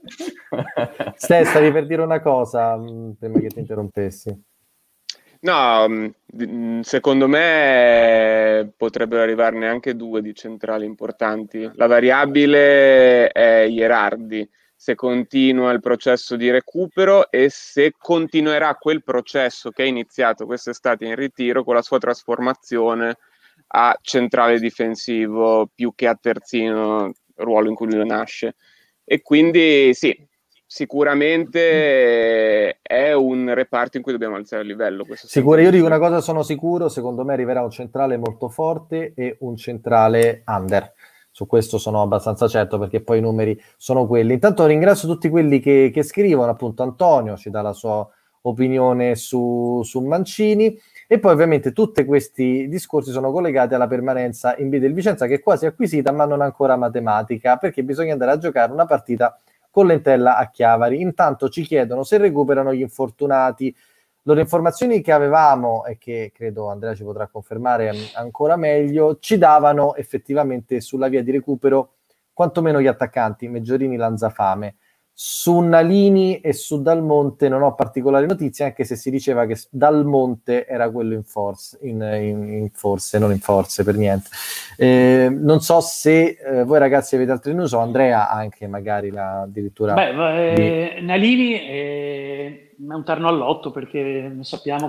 A: Stavi per dire una cosa prima che ti interrompessi.
D: No, secondo me potrebbero arrivarne anche 2 di centrali importanti. La variabile è Gherardi, se continua il processo di recupero e se continuerà quel processo che è iniziato quest'estate in ritiro con la sua trasformazione a centrale difensivo più che a terzino, ruolo in cui lui nasce. E quindi sì, sicuramente è un reparto in cui dobbiamo alzare il livello.
A: Sicuro, io dico una cosa, sono sicuro, secondo me arriverà un centrale molto forte e un centrale under. Su questo sono abbastanza certo, perché poi i numeri sono quelli. Intanto ringrazio tutti quelli che scrivono, appunto Antonio ci dà la sua opinione su Mancini, e poi ovviamente tutti questi discorsi sono collegati alla permanenza in B del Vicenza, che è quasi acquisita ma non ancora matematica, perché bisogna andare a giocare una partita con l'Entella a Chiavari. Intanto ci chiedono se recuperano gli infortunati. Le informazioni che avevamo, e che credo Andrea ci potrà confermare ancora meglio, ci davano effettivamente sulla via di recupero quantomeno gli attaccanti Meggiorini, Lanzafame. Su Nalini e su Dalmonte non ho particolari notizie, anche se si diceva che Dalmonte era quello in forze, non in forze per niente. Non so se voi ragazzi avete altri news, o Andrea anche magari addirittura...
E: Nalini è un terno all'otto, perché sappiamo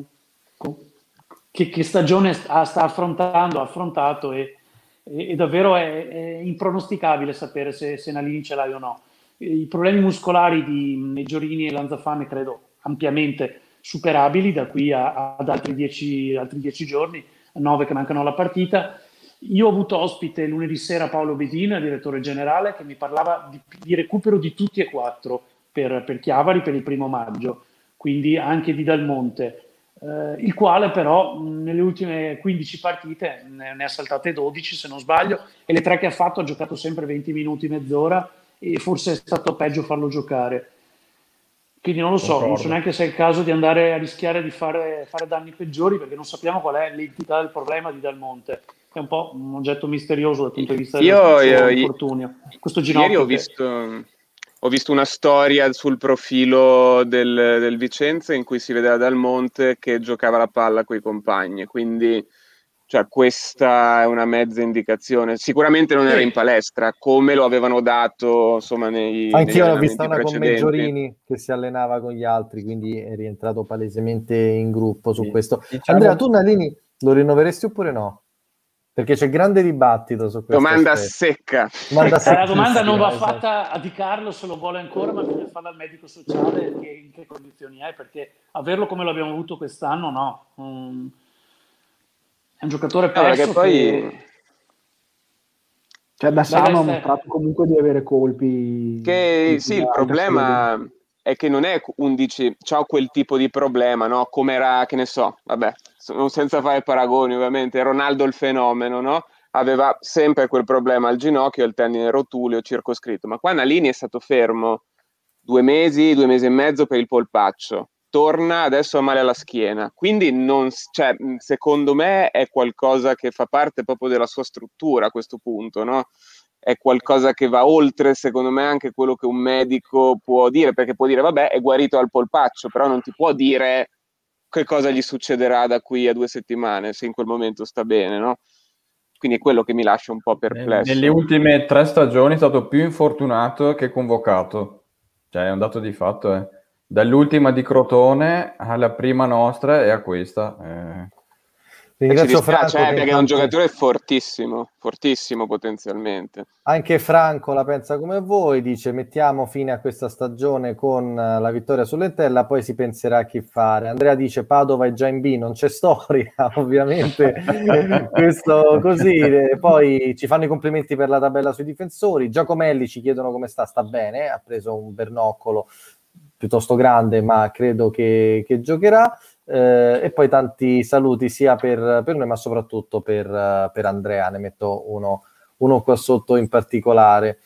E: che stagione ha affrontato e davvero è impronosticabile sapere se Nalini ce l'hai o no. I problemi muscolari di Meggiorini e Lanzafame credo ampiamente superabili da qui ad altri 10 giorni, 9 che mancano alla partita. Io ho avuto ospite lunedì sera Paolo Bedin, direttore generale, che mi parlava di recupero di tutti e 4 per Chiavari per il 1° maggio, quindi anche di Dalmonte, il quale però nelle ultime 15 partite ne ha saltate 12 se non sbaglio, e le 3 che ha fatto ha giocato sempre 20 minuti, mezz'ora, e forse è stato peggio farlo giocare. Quindi non lo so, non so neanche se è il caso di andare a rischiare di fare danni peggiori, perché non sappiamo qual è l'entità del problema di Dalmonte. È un po' un oggetto misterioso dal punto di vista del suo infortunio. Questo ginocchio
D: ieri ho visto una storia sul profilo del Vicenza in cui si vedeva Dalmonte che giocava la palla coi compagni, quindi cioè, questa è una mezza indicazione. Sicuramente non era in palestra, come lo avevano dato insomma
A: anch'io l'ho vista una con Meggiorini che si allenava con gli altri, quindi è rientrato palesemente in gruppo su questo. Andrea, tu Nalini lo rinnoveresti oppure no? Perché c'è grande dibattito su questo.
D: Domanda secca.
E: La domanda non va fatta a Di Carlo se lo vuole ancora, ma bisogna farla al medico sociale in che condizioni è, perché averlo come l'abbiamo avuto quest'anno no. È un giocatore perso
C: cioè da sano ha mostrato comunque di avere colpi.
D: Sì, il problema è che non è 11, c'ha quel tipo di problema, no? Come era, che ne so, vabbè, senza fare paragoni ovviamente, Ronaldo il fenomeno, no? Aveva sempre quel problema al ginocchio, il tendine rotuleo circoscritto, ma qua Nalini è stato fermo 2 mesi e mezzo per il polpaccio, torna, adesso ha male alla schiena, quindi secondo me è qualcosa che fa parte proprio della sua struttura a questo punto, no? È qualcosa che va oltre, secondo me, anche quello che un medico può dire, perché può dire, vabbè, è guarito al polpaccio, però non ti può dire che cosa gli succederà da qui a 2 settimane, se in quel momento sta bene, no? quindi è quello che mi lascia un po' perplesso.
B: Nelle ultime 3 stagioni è stato più infortunato che convocato, cioè è un dato di fatto. Dall'ultima di Crotone alla prima nostra e a questa.
A: Ringrazio Franco
D: perché è un giocatore fortissimo potenzialmente.
A: Anche Franco la pensa come voi, dice mettiamo fine a questa stagione con la vittoria sull'Entella, poi si penserà a chi fare. Andrea dice Padova è già in B, non c'è storia, ovviamente questo così. Poi ci fanno i complimenti per la tabella sui difensori. Giacomelli ci chiedono come sta bene, ha preso un bernoccolo piuttosto grande, ma credo che giocherà. E poi tanti saluti sia per noi, ma soprattutto per Andrea. Ne metto uno qua sotto in particolare.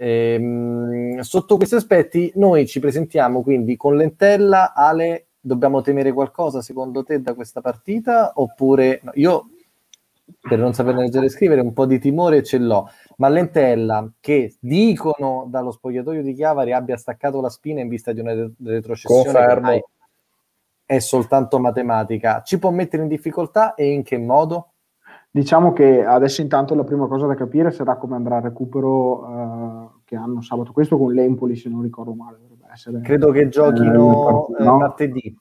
A: Sotto questi aspetti noi ci presentiamo quindi con l'Entella. Ale, dobbiamo temere qualcosa secondo te da questa partita? Oppure no, io, per non sapere leggere e scrivere, un po' di timore ce l'ho, ma l'Entella, che dicono dallo spogliatoio di Chiavari abbia staccato la spina in vista di una retrocessione,
B: confermo,
A: è soltanto matematica, ci può mettere in difficoltà e in che modo?
C: Diciamo che adesso intanto la prima cosa da capire sarà come andrà il recupero che hanno sabato questo con l'Empoli, se non ricordo male. Essere,
A: credo che giochino
C: no?
A: martedì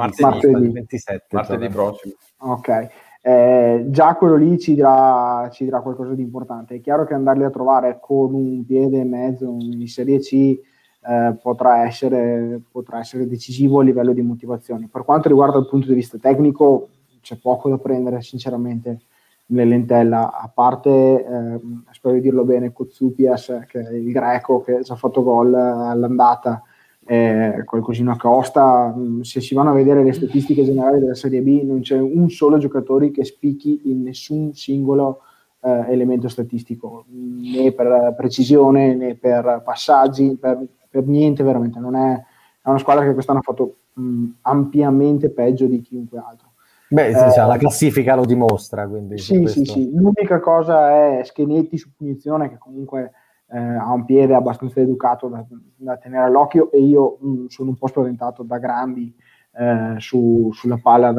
A: 27.
B: Martedì prossimo.
C: Ok. Già quello lì ci dirà qualcosa di importante. È chiaro che andarli a trovare con un piede e mezzo in Serie C potrà essere decisivo a livello di motivazione. Per quanto riguarda il punto di vista tecnico, c'è poco da prendere sinceramente nell'Entella, a parte spero di dirlo bene, Koutsoupias, che è il greco che ci ha fatto gol all'andata, qualcosina a Costa. Se si vanno a vedere le statistiche generali della Serie B, non c'è un solo giocatore che spicchi in nessun singolo elemento statistico, né per precisione né per passaggi, per niente, veramente. Non è una squadra che quest'anno ha fatto ampiamente peggio di chiunque altro.
A: Beh, la classifica lo dimostra, quindi
C: sì. L'unica cosa è Schenetti su punizione, che comunque ha un piede abbastanza educato da tenere all'occhio, e io sono un po' spaventato da Grandi sulla palla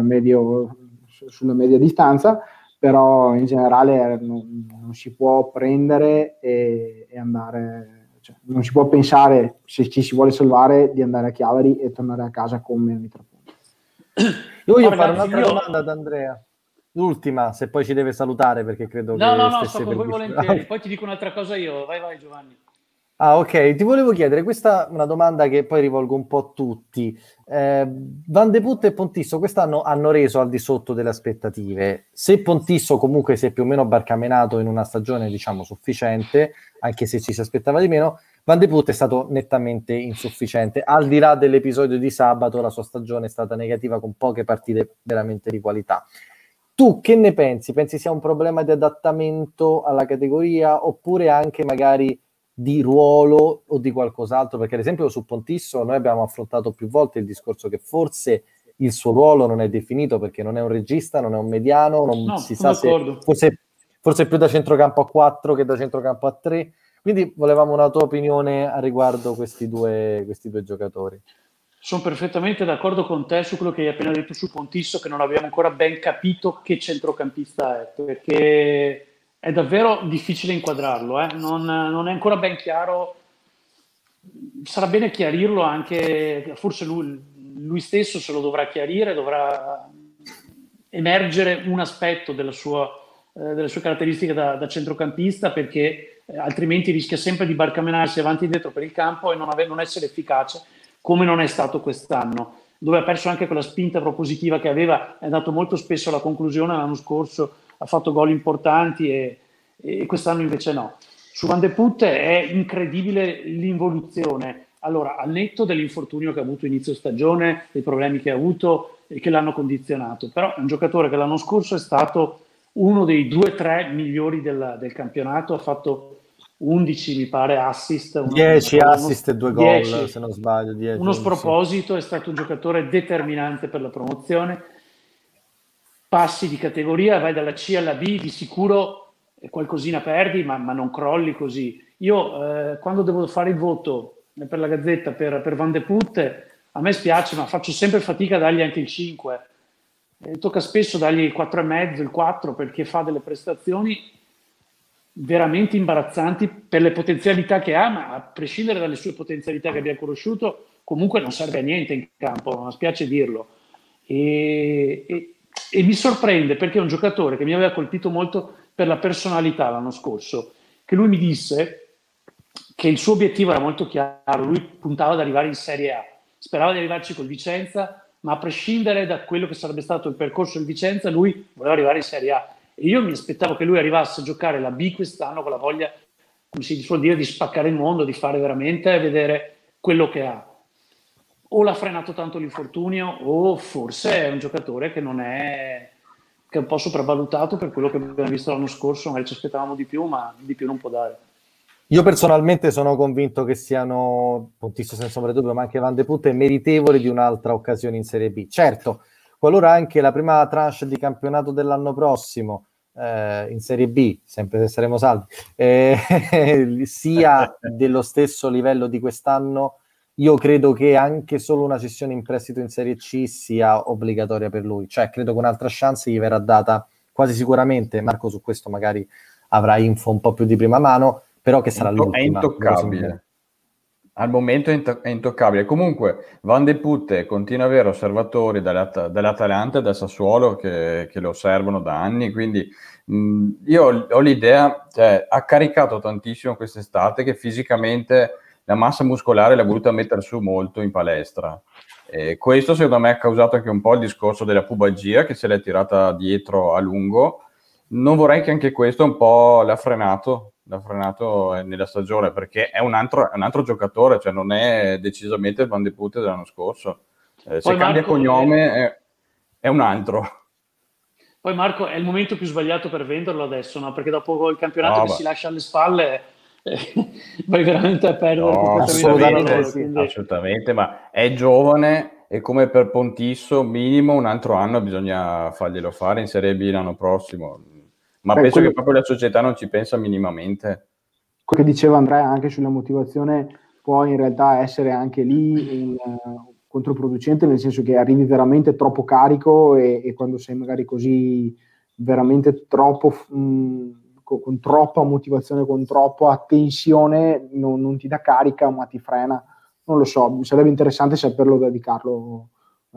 C: sulla media distanza, però in generale non si può prendere e andare, cioè, non si può pensare, se ci si vuole salvare, di andare a Chiavari e tornare a casa con meno di 3 punti.
A: Io voglio fare un'altra domanda ad Andrea, l'ultima, se poi ci deve salutare, perché credo che
E: sto con voi volentieri. Poi ti dico un'altra cosa io, vai Giovanni.
A: Ah, ok, ti volevo chiedere, questa è una domanda che poi rivolgo un po' a tutti. Van de Putte e Pontisso quest'anno hanno reso al di sotto delle aspettative. Se Pontisso comunque si è più o meno barcamenato in una stagione, diciamo, sufficiente, anche se ci si aspettava di meno, Van de Putte è stato nettamente insufficiente. Al di là dell'episodio di sabato, la sua stagione è stata negativa, con poche partite veramente di qualità. Tu che ne pensi? Pensi sia un problema di adattamento alla categoria, oppure anche magari di ruolo o di qualcos'altro? Perché ad esempio su Pontisso noi abbiamo affrontato più volte il discorso che forse il suo ruolo non è definito, perché non è un regista, non è un mediano, non si sa se forse più da centrocampo a 4 che da centrocampo a 3. Quindi volevamo una tua opinione a riguardo questi due giocatori.
E: Sono perfettamente d'accordo con te su quello che hai appena detto su Pontisso, che non abbiamo ancora ben capito che centrocampista è, perché è davvero difficile inquadrarlo, non è ancora ben chiaro. Sarà bene chiarirlo anche, forse lui stesso se lo dovrà chiarire, dovrà emergere un aspetto delle sue caratteristiche da centrocampista, perché altrimenti rischia sempre di barcamenarsi avanti e dietro per il campo e non essere efficace, come non è stato quest'anno, dove ha perso anche quella spinta propositiva che aveva, è andato molto spesso alla conclusione. L'anno scorso ha fatto gol importanti e quest'anno invece no. Su Van de Putte è incredibile l'involuzione. Allora, al netto dell'infortunio che ha avuto inizio stagione, dei problemi che ha avuto e che l'hanno condizionato, però è un giocatore che l'anno scorso è stato uno dei 2-3 migliori del campionato, ha fatto 11 mi pare assist,
A: 10 assist e 2 gol se non sbaglio, 10,
E: uno sproposito, è stato un giocatore determinante per la promozione, passi di categoria, vai dalla C alla B, di sicuro qualcosina perdi, ma non crolli così. Io quando devo fare il voto per la Gazzetta per Van de Putte, a me spiace, ma faccio sempre fatica a dargli anche il 5, Tocca spesso dargli il 4,5, il 4, perché fa delle prestazioni veramente imbarazzanti per le potenzialità che ha, ma a prescindere dalle sue potenzialità che abbiamo conosciuto, comunque non serve a niente in campo, mi spiace dirlo. E mi sorprende perché è un giocatore che mi aveva colpito molto per la personalità l'anno scorso, che lui mi disse che il suo obiettivo era molto chiaro, lui puntava ad arrivare in Serie A, sperava di arrivarci col Vicenza, ma a prescindere da quello che sarebbe stato il percorso del Vicenza, lui voleva arrivare in Serie A. E io mi aspettavo che lui arrivasse a giocare la B quest'anno con la voglia, come si suol dire, di spaccare il mondo, di fare veramente vedere quello che ha. O l'ha frenato tanto l'infortunio, o forse è un giocatore che non è, che è un po' sopravvalutato per quello che abbiamo visto l'anno scorso, magari ci aspettavamo di più, ma di più non può dare.
A: Io personalmente sono convinto che siano, Pontisso senza ombra di dubbio, ma anche Van de Putte, meritevoli di un'altra occasione in Serie B. Certo, qualora anche la prima tranche di campionato dell'anno prossimo in Serie B, sempre se saremo salvi, sia dello stesso livello di quest'anno, io credo che anche solo una cessione in prestito in Serie C sia obbligatoria per lui. Cioè, credo che un'altra chance gli verrà data quasi sicuramente. Marco, su questo magari avrà info un po' più di prima mano, però che sarà l'ultima.
B: È intoccabile. Al momento è intoccabile. Comunque Van de Putte continua ad avere osservatori dall'Atalanta e dal Sassuolo che lo osservano da anni, quindi io ho l'idea, cioè, ha caricato tantissimo quest'estate, che fisicamente la massa muscolare l'ha voluta mettere su molto in palestra. Questo secondo me ha causato anche un po' il discorso della pubalgia, che se l'è tirata dietro a lungo. Non vorrei che anche questo un po' l'ha frenato nella stagione, perché è un altro giocatore, cioè non è decisamente il Van de Putte dell'anno scorso. Se cambia cognome è un altro.
E: Poi Marco, è il momento più sbagliato per venderlo adesso, no? Perché dopo il campionato che si lascia alle spalle vai veramente a perdere
B: assolutamente, ma è giovane e come per Pontisso minimo un altro anno bisogna farglielo fare in Serie B l'anno prossimo. Ma penso che proprio la società non ci pensa minimamente.
C: Quello che diceva Andrea anche sulla motivazione può in realtà essere anche lì controproducente, nel senso che arrivi veramente troppo carico e quando sei magari così veramente troppo con troppa motivazione, con troppa tensione, non ti dà carica ma ti frena. Non lo so, sarebbe interessante saperlo da Di Carlo,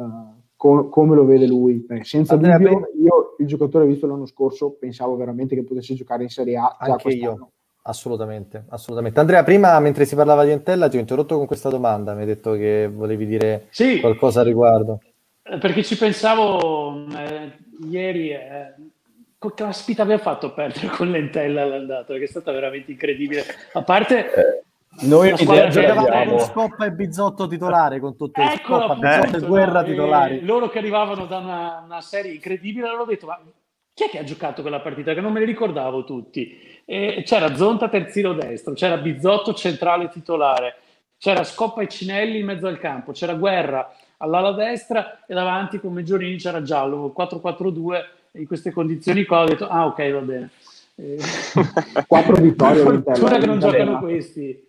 C: come lo vede lui. Senza dubbio, io il giocatore visto l'anno scorso pensavo veramente che potesse giocare in Serie A già
A: anche io, assolutamente. Andrea, prima mentre si parlava di Entella ti ho interrotto con questa domanda, mi hai detto che volevi dire qualcosa a riguardo.
E: Perché ci pensavo ieri, che caspita aveva fatto perdere con l'Entella all'andata, perché è stata veramente incredibile, a parte
A: noi giocavamo Scoppa e Bizzotto titolare, con tutto il Scoppa, Bizzotto e Guerra titolari.
E: Loro che arrivavano da una serie incredibile, allora ho detto, ma chi è che ha giocato quella partita? Che non me li ricordavo tutti. C'era Zonta terzino destro, c'era Bizzotto centrale titolare, c'era Scoppa e Cinelli in mezzo al campo, c'era Guerra all'ala destra e davanti con Meggiorini c'era Giallo, 4-4-2, in queste condizioni qua ho detto, ok, va bene.
C: 4 vittorie.
E: Fortuna che non giocano questi.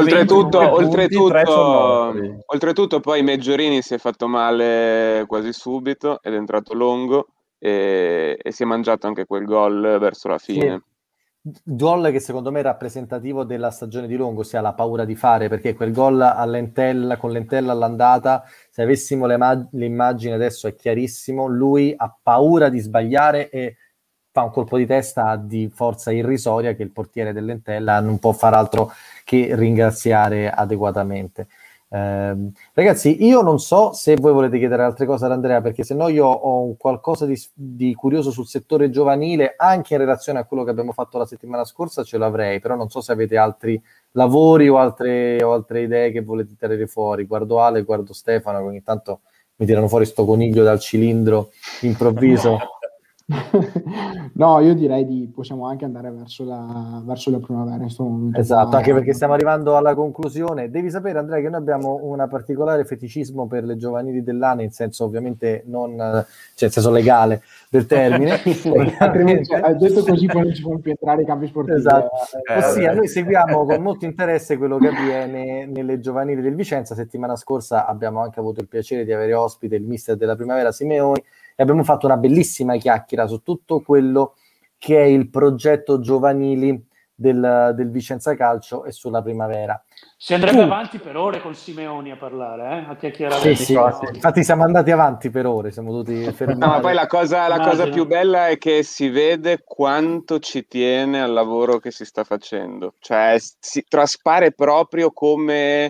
D: Oltretutto poi Meggiorini si è fatto male quasi subito ed è entrato Longo e si è mangiato anche quel gol verso la fine.
A: Sì. Gol che secondo me è rappresentativo della stagione di Longo, sia la paura di fare, perché quel gol con l'Entella all'andata, se avessimo le immagini adesso è chiarissimo, lui ha paura di sbagliare e fa un colpo di testa di forza irrisoria che il portiere dell'Entella non può far altro che ringraziare adeguatamente. Ragazzi, io non so se voi volete chiedere altre cose ad Andrea, perché se no io ho qualcosa di curioso sul settore giovanile, anche in relazione a quello che abbiamo fatto la settimana scorsa ce l'avrei, però non so se avete altri lavori o altre idee che volete tirare fuori. Guardo Ale, guardo Stefano, che ogni tanto mi tirano fuori sto coniglio dal cilindro improvviso.
C: No, io direi possiamo anche andare verso la primavera in questo momento.
A: Esatto, anche perché stiamo arrivando alla conclusione. Devi sapere, Andrea, che noi abbiamo un particolare feticismo per le giovanili dell'ANI, in senso ovviamente non, cioè in senso legale del termine.
C: Hai detto così, poi non ci può più entrare i campi sportivi.
A: Esatto. Ossia, noi seguiamo con molto interesse quello che avviene nelle giovanili del Vicenza. Settimana scorsa abbiamo anche avuto il piacere di avere ospite il mister della primavera Simeoni, e abbiamo fatto una bellissima chiacchiera su tutto quello che è il progetto giovanili del Vicenza Calcio e sulla primavera.
E: Si andrebbe avanti per ore con Simeoni a parlare, a chiacchierare.
A: Sì, infatti siamo andati avanti per ore, siamo dovuti fermare.
D: No, ma poi la cosa più bella è che si vede quanto ci tiene al lavoro che si sta facendo, cioè si traspare proprio come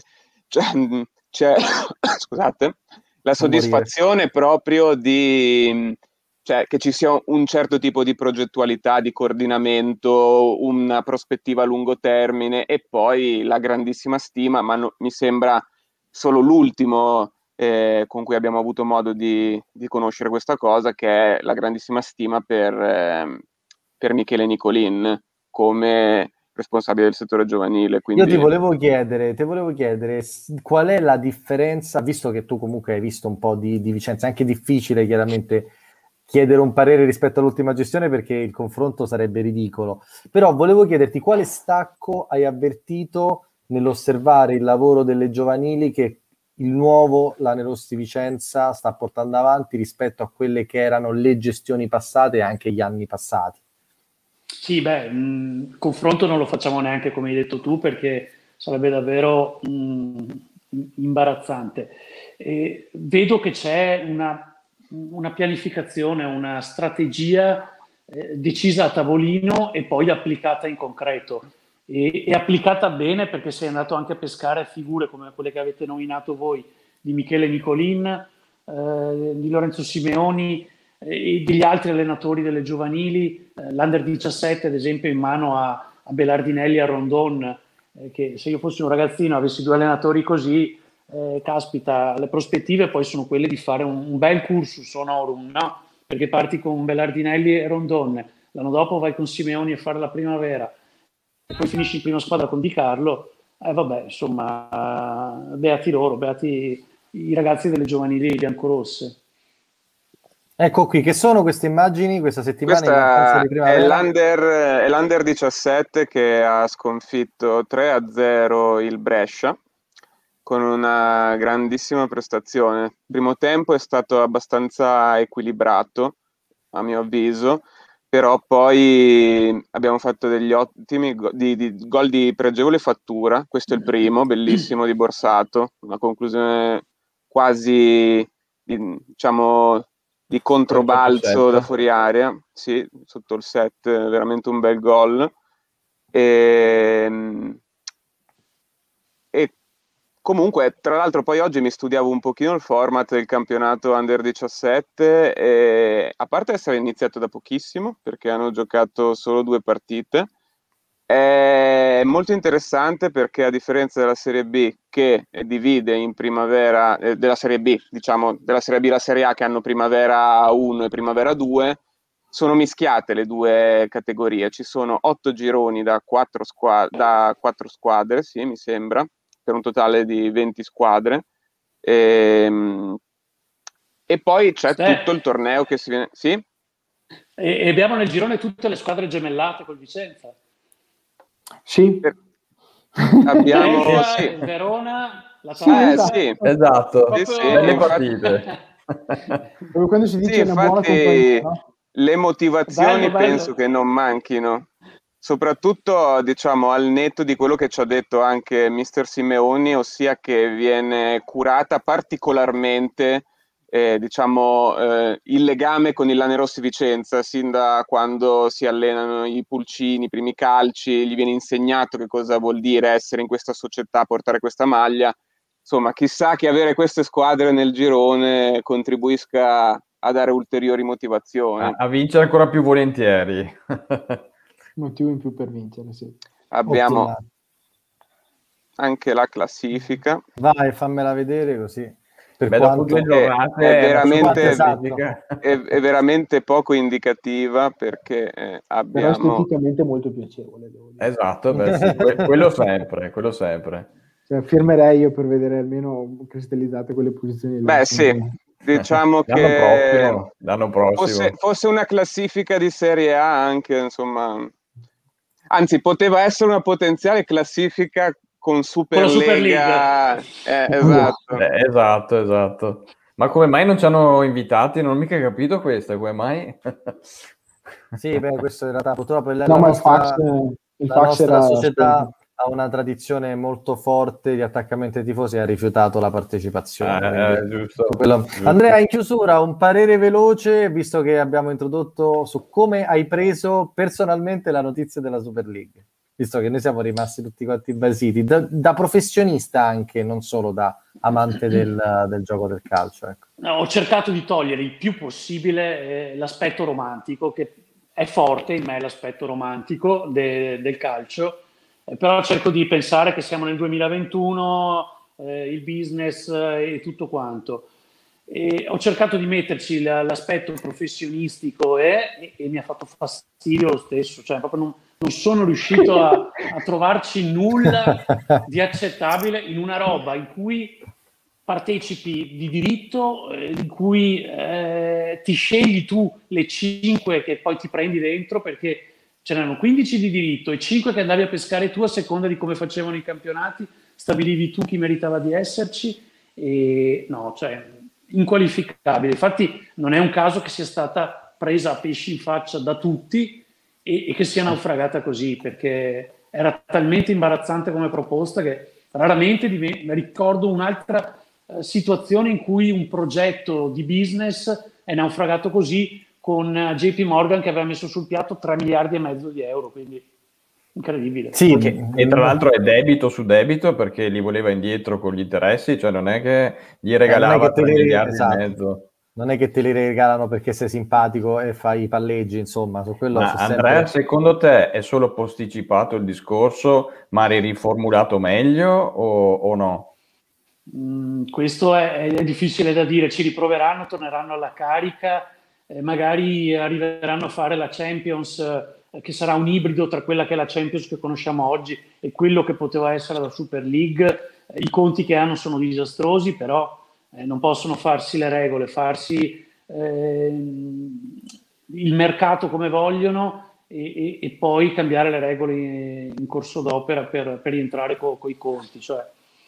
D: cioè, scusate, la soddisfazione proprio di cioè che ci sia un certo tipo di progettualità, di coordinamento, una prospettiva a lungo termine e poi la grandissima stima, ma mi sembra solo l'ultimo con cui abbiamo avuto modo di conoscere questa cosa, che è la grandissima stima per Michele Nicolin come responsabile del settore giovanile. Quindi...
A: Io ti volevo chiedere qual è la differenza, visto che tu comunque hai visto un po' di Vicenza, è anche difficile chiaramente chiedere un parere rispetto all'ultima gestione perché il confronto sarebbe ridicolo, però volevo chiederti quale stacco hai avvertito nell'osservare il lavoro delle giovanili che il nuovo Lanerossi Vicenza sta portando avanti rispetto a quelle che erano le gestioni passate e anche gli anni passati.
E: Sì, il confronto non lo facciamo neanche come hai detto tu perché sarebbe davvero imbarazzante. Vedo che c'è una pianificazione, una strategia decisa a tavolino e poi applicata in concreto. E applicata bene perché sei andato anche a pescare figure come quelle che avete nominato voi, di Michele Nicolin, di Lorenzo Simeoni e degli altri allenatori delle giovanili, l'Under 17 ad esempio in mano a Belardinelli e a Rondon, che se io fossi un ragazzino avessi due allenatori così, caspita, le prospettive poi sono quelle di fare un bel cursus honorum, no? Perché parti con Belardinelli e Rondon, l'anno dopo vai con Simeoni a fare la primavera, e poi finisci in prima squadra con Di Carlo, vabbè, insomma, beati loro, beati i ragazzi delle giovanili biancorosse.
A: Ecco qui, che sono queste immagini questa settimana?
D: Questa
A: di primavera?
D: è l'Under 17 che ha sconfitto 3-0 il Brescia con una grandissima prestazione. Il primo tempo è stato abbastanza equilibrato, a mio avviso, però poi abbiamo fatto degli ottimi gol di pregevole fattura. Questo è il primo, bellissimo, di Borsato, una conclusione quasi, diciamo, di controbalzo da fuori area, sì, sotto il set, veramente un bel gol. E comunque, tra l'altro, poi oggi mi studiavo un pochino il format del campionato Under 17 e a parte essere iniziato da pochissimo, perché hanno giocato solo 2 partite, è molto interessante perché a differenza della Serie B che divide in primavera, della Serie B, diciamo, della Serie B e la Serie A che hanno primavera 1 e primavera 2, sono mischiate le due categorie. Ci sono 8 gironi da 4 squadre, sì, mi sembra, per un totale di 20 squadre. E poi c'è tutto il torneo che si viene... Sì?
E: E abbiamo nel girone tutte le squadre gemellate col Vicenza.
C: Sì.
D: Abbiamo
E: il Verona, l'Atalanta.
D: Sì.
B: Esatto,
E: Proprio...
B: belle partite.
C: Quando si dice una buona compagnia, no?
D: Le motivazioni penso che non manchino, soprattutto diciamo al netto di quello che ci ha detto anche mister Simeoni, ossia che viene curata particolarmente il legame con il Lanerossi Vicenza, sin da quando si allenano i pulcini, i primi calci, gli viene insegnato che cosa vuol dire essere in questa società, portare questa maglia. Insomma, chissà che avere queste squadre nel girone contribuisca a dare ulteriori motivazioni.
B: A vincere ancora più volentieri.
C: Motivo in più per vincere, sì.
D: Abbiamo
A: Ottima.
D: Anche la classifica.
A: Vai, fammela vedere così. Per
B: beh,
A: quanto...
B: dopo 2 giornate
D: è veramente poco indicativa perché abbiamo...
C: Però esteticamente molto piacevole, devo dire.
B: Esatto, beh, sì, quello sempre.
C: Cioè, firmerei io per vedere almeno cristallizzate quelle posizioni.
D: Beh, sì, diciamo che
B: l'anno prossimo.
D: Fosse una classifica di Serie A anche, insomma... Anzi, poteva essere una potenziale classifica con Superlega. Esatto.
B: Esatto. Ma come mai non ci hanno invitati? Non ho mica capito questo, come mai?
A: Sì, beh, questo in realtà purtroppo
C: No, ma il fax
A: la nostra
C: era
A: società
C: spento.
A: ha una tradizione molto forte di attaccamento ai tifosi e ha rifiutato la partecipazione. quindi
B: Giusto.
A: Andrea, in chiusura, un parere veloce, visto che abbiamo introdotto su come hai preso personalmente la notizia della Super League, visto che noi siamo rimasti tutti quanti basiti, da professionista anche, non solo da amante del gioco del calcio. Ecco.
E: No, ho cercato di togliere il più possibile l'aspetto romantico, che è forte in me, l'aspetto romantico del calcio, però cerco di pensare che siamo nel 2021, il business e tutto quanto. E ho cercato di metterci l'aspetto professionistico e mi ha fatto fastidio lo stesso, cioè proprio non sono riuscito a trovarci nulla di accettabile in una roba in cui partecipi di diritto, in cui ti scegli tu le 5 che poi ti prendi dentro, perché ce n'erano 15 di diritto e 5 che andavi a pescare tu a seconda di come facevano i campionati, stabilivi tu chi meritava di esserci, e no, cioè inqualificabile. Infatti non è un caso che sia stata presa a pesci in faccia da tutti e che sia naufragata così, perché era talmente imbarazzante come proposta che raramente ricordo un'altra situazione in cui un progetto di business è naufragato così, con JP Morgan che aveva messo sul piatto 3 miliardi e mezzo di euro, quindi incredibile.
A: Sì,
B: e tra l'altro è debito su debito, perché li voleva indietro con gli interessi, cioè non è che gli regalava 3 miliardi e mezzo.
A: Non è che te li regalano perché sei simpatico e fai i palleggi, insomma, su quello c'è
B: Andrea,
A: sempre...
B: secondo te è solo posticipato il discorso, ma riformulato meglio o no?
E: Questo è difficile da dire, ci riproveranno, torneranno alla carica, magari arriveranno a fare la Champions, che sarà un ibrido tra quella che è la Champions che conosciamo oggi e quello che poteva essere la Super League. I conti che hanno sono disastrosi, però non possono farsi le regole, farsi il mercato come vogliono e poi cambiare le regole in corso d'opera per rientrare con i conti. Cioè,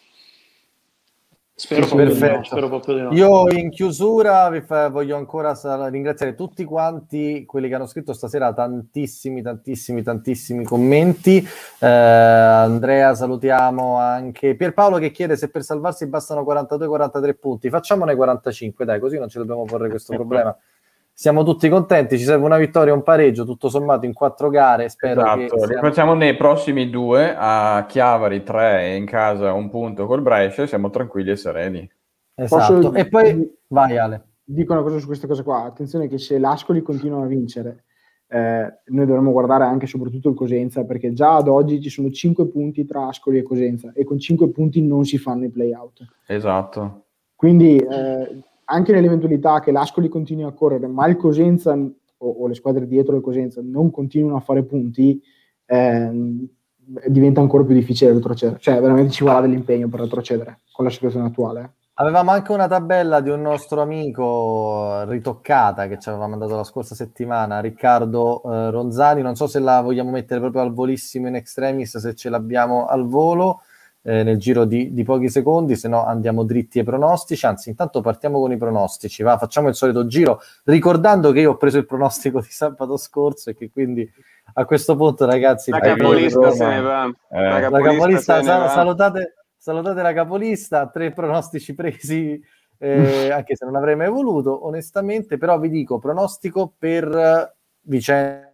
E: spero proprio di no.
A: Io in chiusura voglio ancora ringraziare tutti quanti quelli che hanno scritto stasera, tantissimi commenti. Andrea, salutiamo anche Pierpaolo che chiede se per salvarsi bastano 42-43 punti. Facciamone 45, dai, così non ci dobbiamo porre questo problema. Siamo tutti contenti, ci serve una vittoria e un pareggio, tutto sommato in 4 gare. Spero che
B: li facciamo nei prossimi 2, a Chiavari 3 e in casa 1 punto col Brescia, siamo tranquilli e sereni.
A: Esatto. E poi vai Ale.
C: Dico una cosa su questa cosa qua, attenzione che se l'Ascoli continua a vincere, noi dovremmo guardare anche soprattutto il Cosenza, perché già ad oggi ci sono 5 punti tra Ascoli e Cosenza e con 5 punti non si fanno i play-out.
B: Esatto.
C: Quindi anche nell'eventualità che l'Ascoli continui a correre, ma il Cosenza o le squadre dietro il Cosenza non continuano a fare punti, diventa ancora più difficile retrocedere. Cioè veramente ci vorrà dell'impegno per retrocedere con la situazione attuale.
A: Avevamo anche una tabella di un nostro amico ritoccata che ci aveva mandato la scorsa settimana, Riccardo Ronzani, non so se la vogliamo mettere proprio al volissimo in extremis, se ce l'abbiamo al volo nel giro di pochi secondi, se no andiamo dritti ai pronostici. Anzi, intanto partiamo con i pronostici, facciamo il solito giro, ricordando che io ho preso il pronostico di sabato scorso e che quindi a questo punto, ragazzi,
D: la capolista se ne va.
A: La capolista salutate la capolista, 3 pronostici presi, anche se non avrei mai voluto, onestamente, però vi dico pronostico per Vicenza.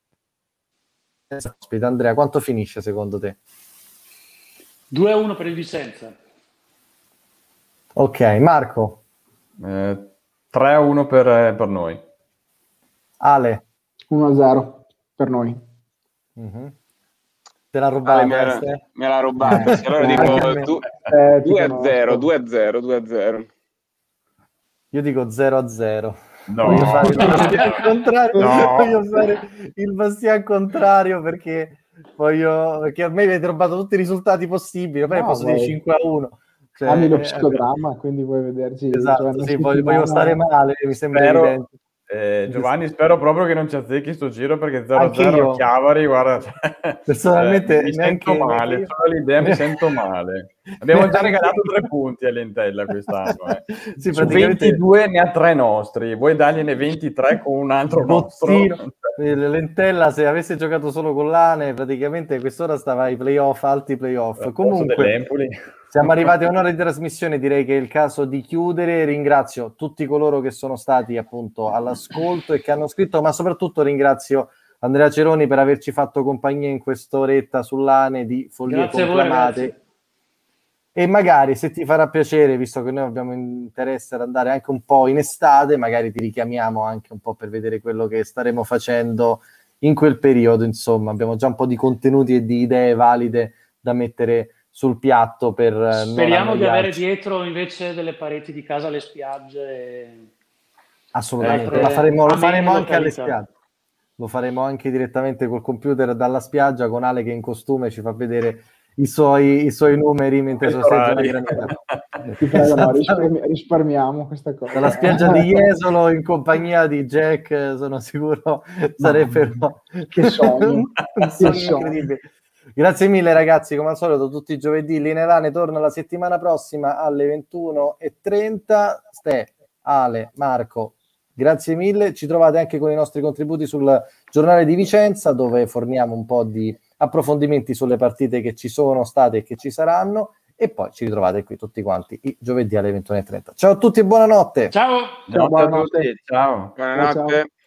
A: Andrea, quanto finisce secondo te?
E: 2-1 per il Vicenza.
A: Ok, Marco?
B: 3-1 per noi.
A: Ale?
C: 1-0 per noi.
A: Mm-hmm. Te la rubata?
D: Me la rubata. Allora dico 2-0, 2-0.
A: Io dico 0-0.
B: No.
A: Voglio fare il Bastian contrario. No. Voglio fare il Bastian contrario perché a me avete rubato tutti i risultati possibili. Poi posso dire 5-1. Cioè,
C: ami lo psicodramma, quindi vuoi vederci.
A: Esatto, sì, voglio stare male, mi sembra evidente.
B: Giovanni, spero proprio che non ci azzecchi sto giro, perché 0-0
A: Anch'io.
B: Chiavari, guarda,
A: Personalmente
B: mi sento male,
A: io.
B: solo l'idea mi sento male. Abbiamo già regalato 3 punti a Lentella quest'anno.
A: Sì,
B: Su 22 ne ha 3 nostri, vuoi dargliene 23 con un altro nostro?
A: Lentella, se avesse giocato solo con l'Ane, praticamente quest'ora stava ai playoff, alti playoff. Comunque siamo arrivati a un'ora di trasmissione, direi che è il caso di chiudere. Ringrazio tutti coloro che sono stati appunto all'ascolto e che hanno scritto, ma soprattutto ringrazio Andrea Ceroni per averci fatto compagnia in quest'oretta sull'Ane di follie conclamate. E magari, se ti farà piacere, visto che noi abbiamo interesse ad andare anche un po' in estate, magari ti richiamiamo anche un po' per vedere quello che staremo facendo in quel periodo. Insomma, abbiamo già un po' di contenuti e di idee valide da mettere sul piatto per
E: speriamo di avere dietro invece delle pareti di casa alle spiagge.
A: Assolutamente, lo faremo anche alle spiagge. Lo faremo anche direttamente col computer dalla spiaggia, con Ale che in costume ci fa vedere i suoi numeri mentre sorseggia la
C: granita. Risparmiamo questa cosa.
A: Dalla spiaggia di Jesolo in compagnia di Jack, sono sicuro sarebbero
C: che sogno.
A: Un sogno incredibile. Grazie mille ragazzi, come al solito tutti i giovedì Linelane torna la settimana prossima alle 21:30. Ste, Ale, Marco, grazie mille. Ci trovate anche con i nostri contributi sul giornale di Vicenza, dove forniamo un po' di approfondimenti sulle partite che ci sono state e che ci saranno, e poi ci ritrovate qui tutti quanti i giovedì alle 21:30. Ciao a tutti e buonanotte.
E: Ciao.
B: Buonanotte a tutti. Ciao.
D: Buonanotte.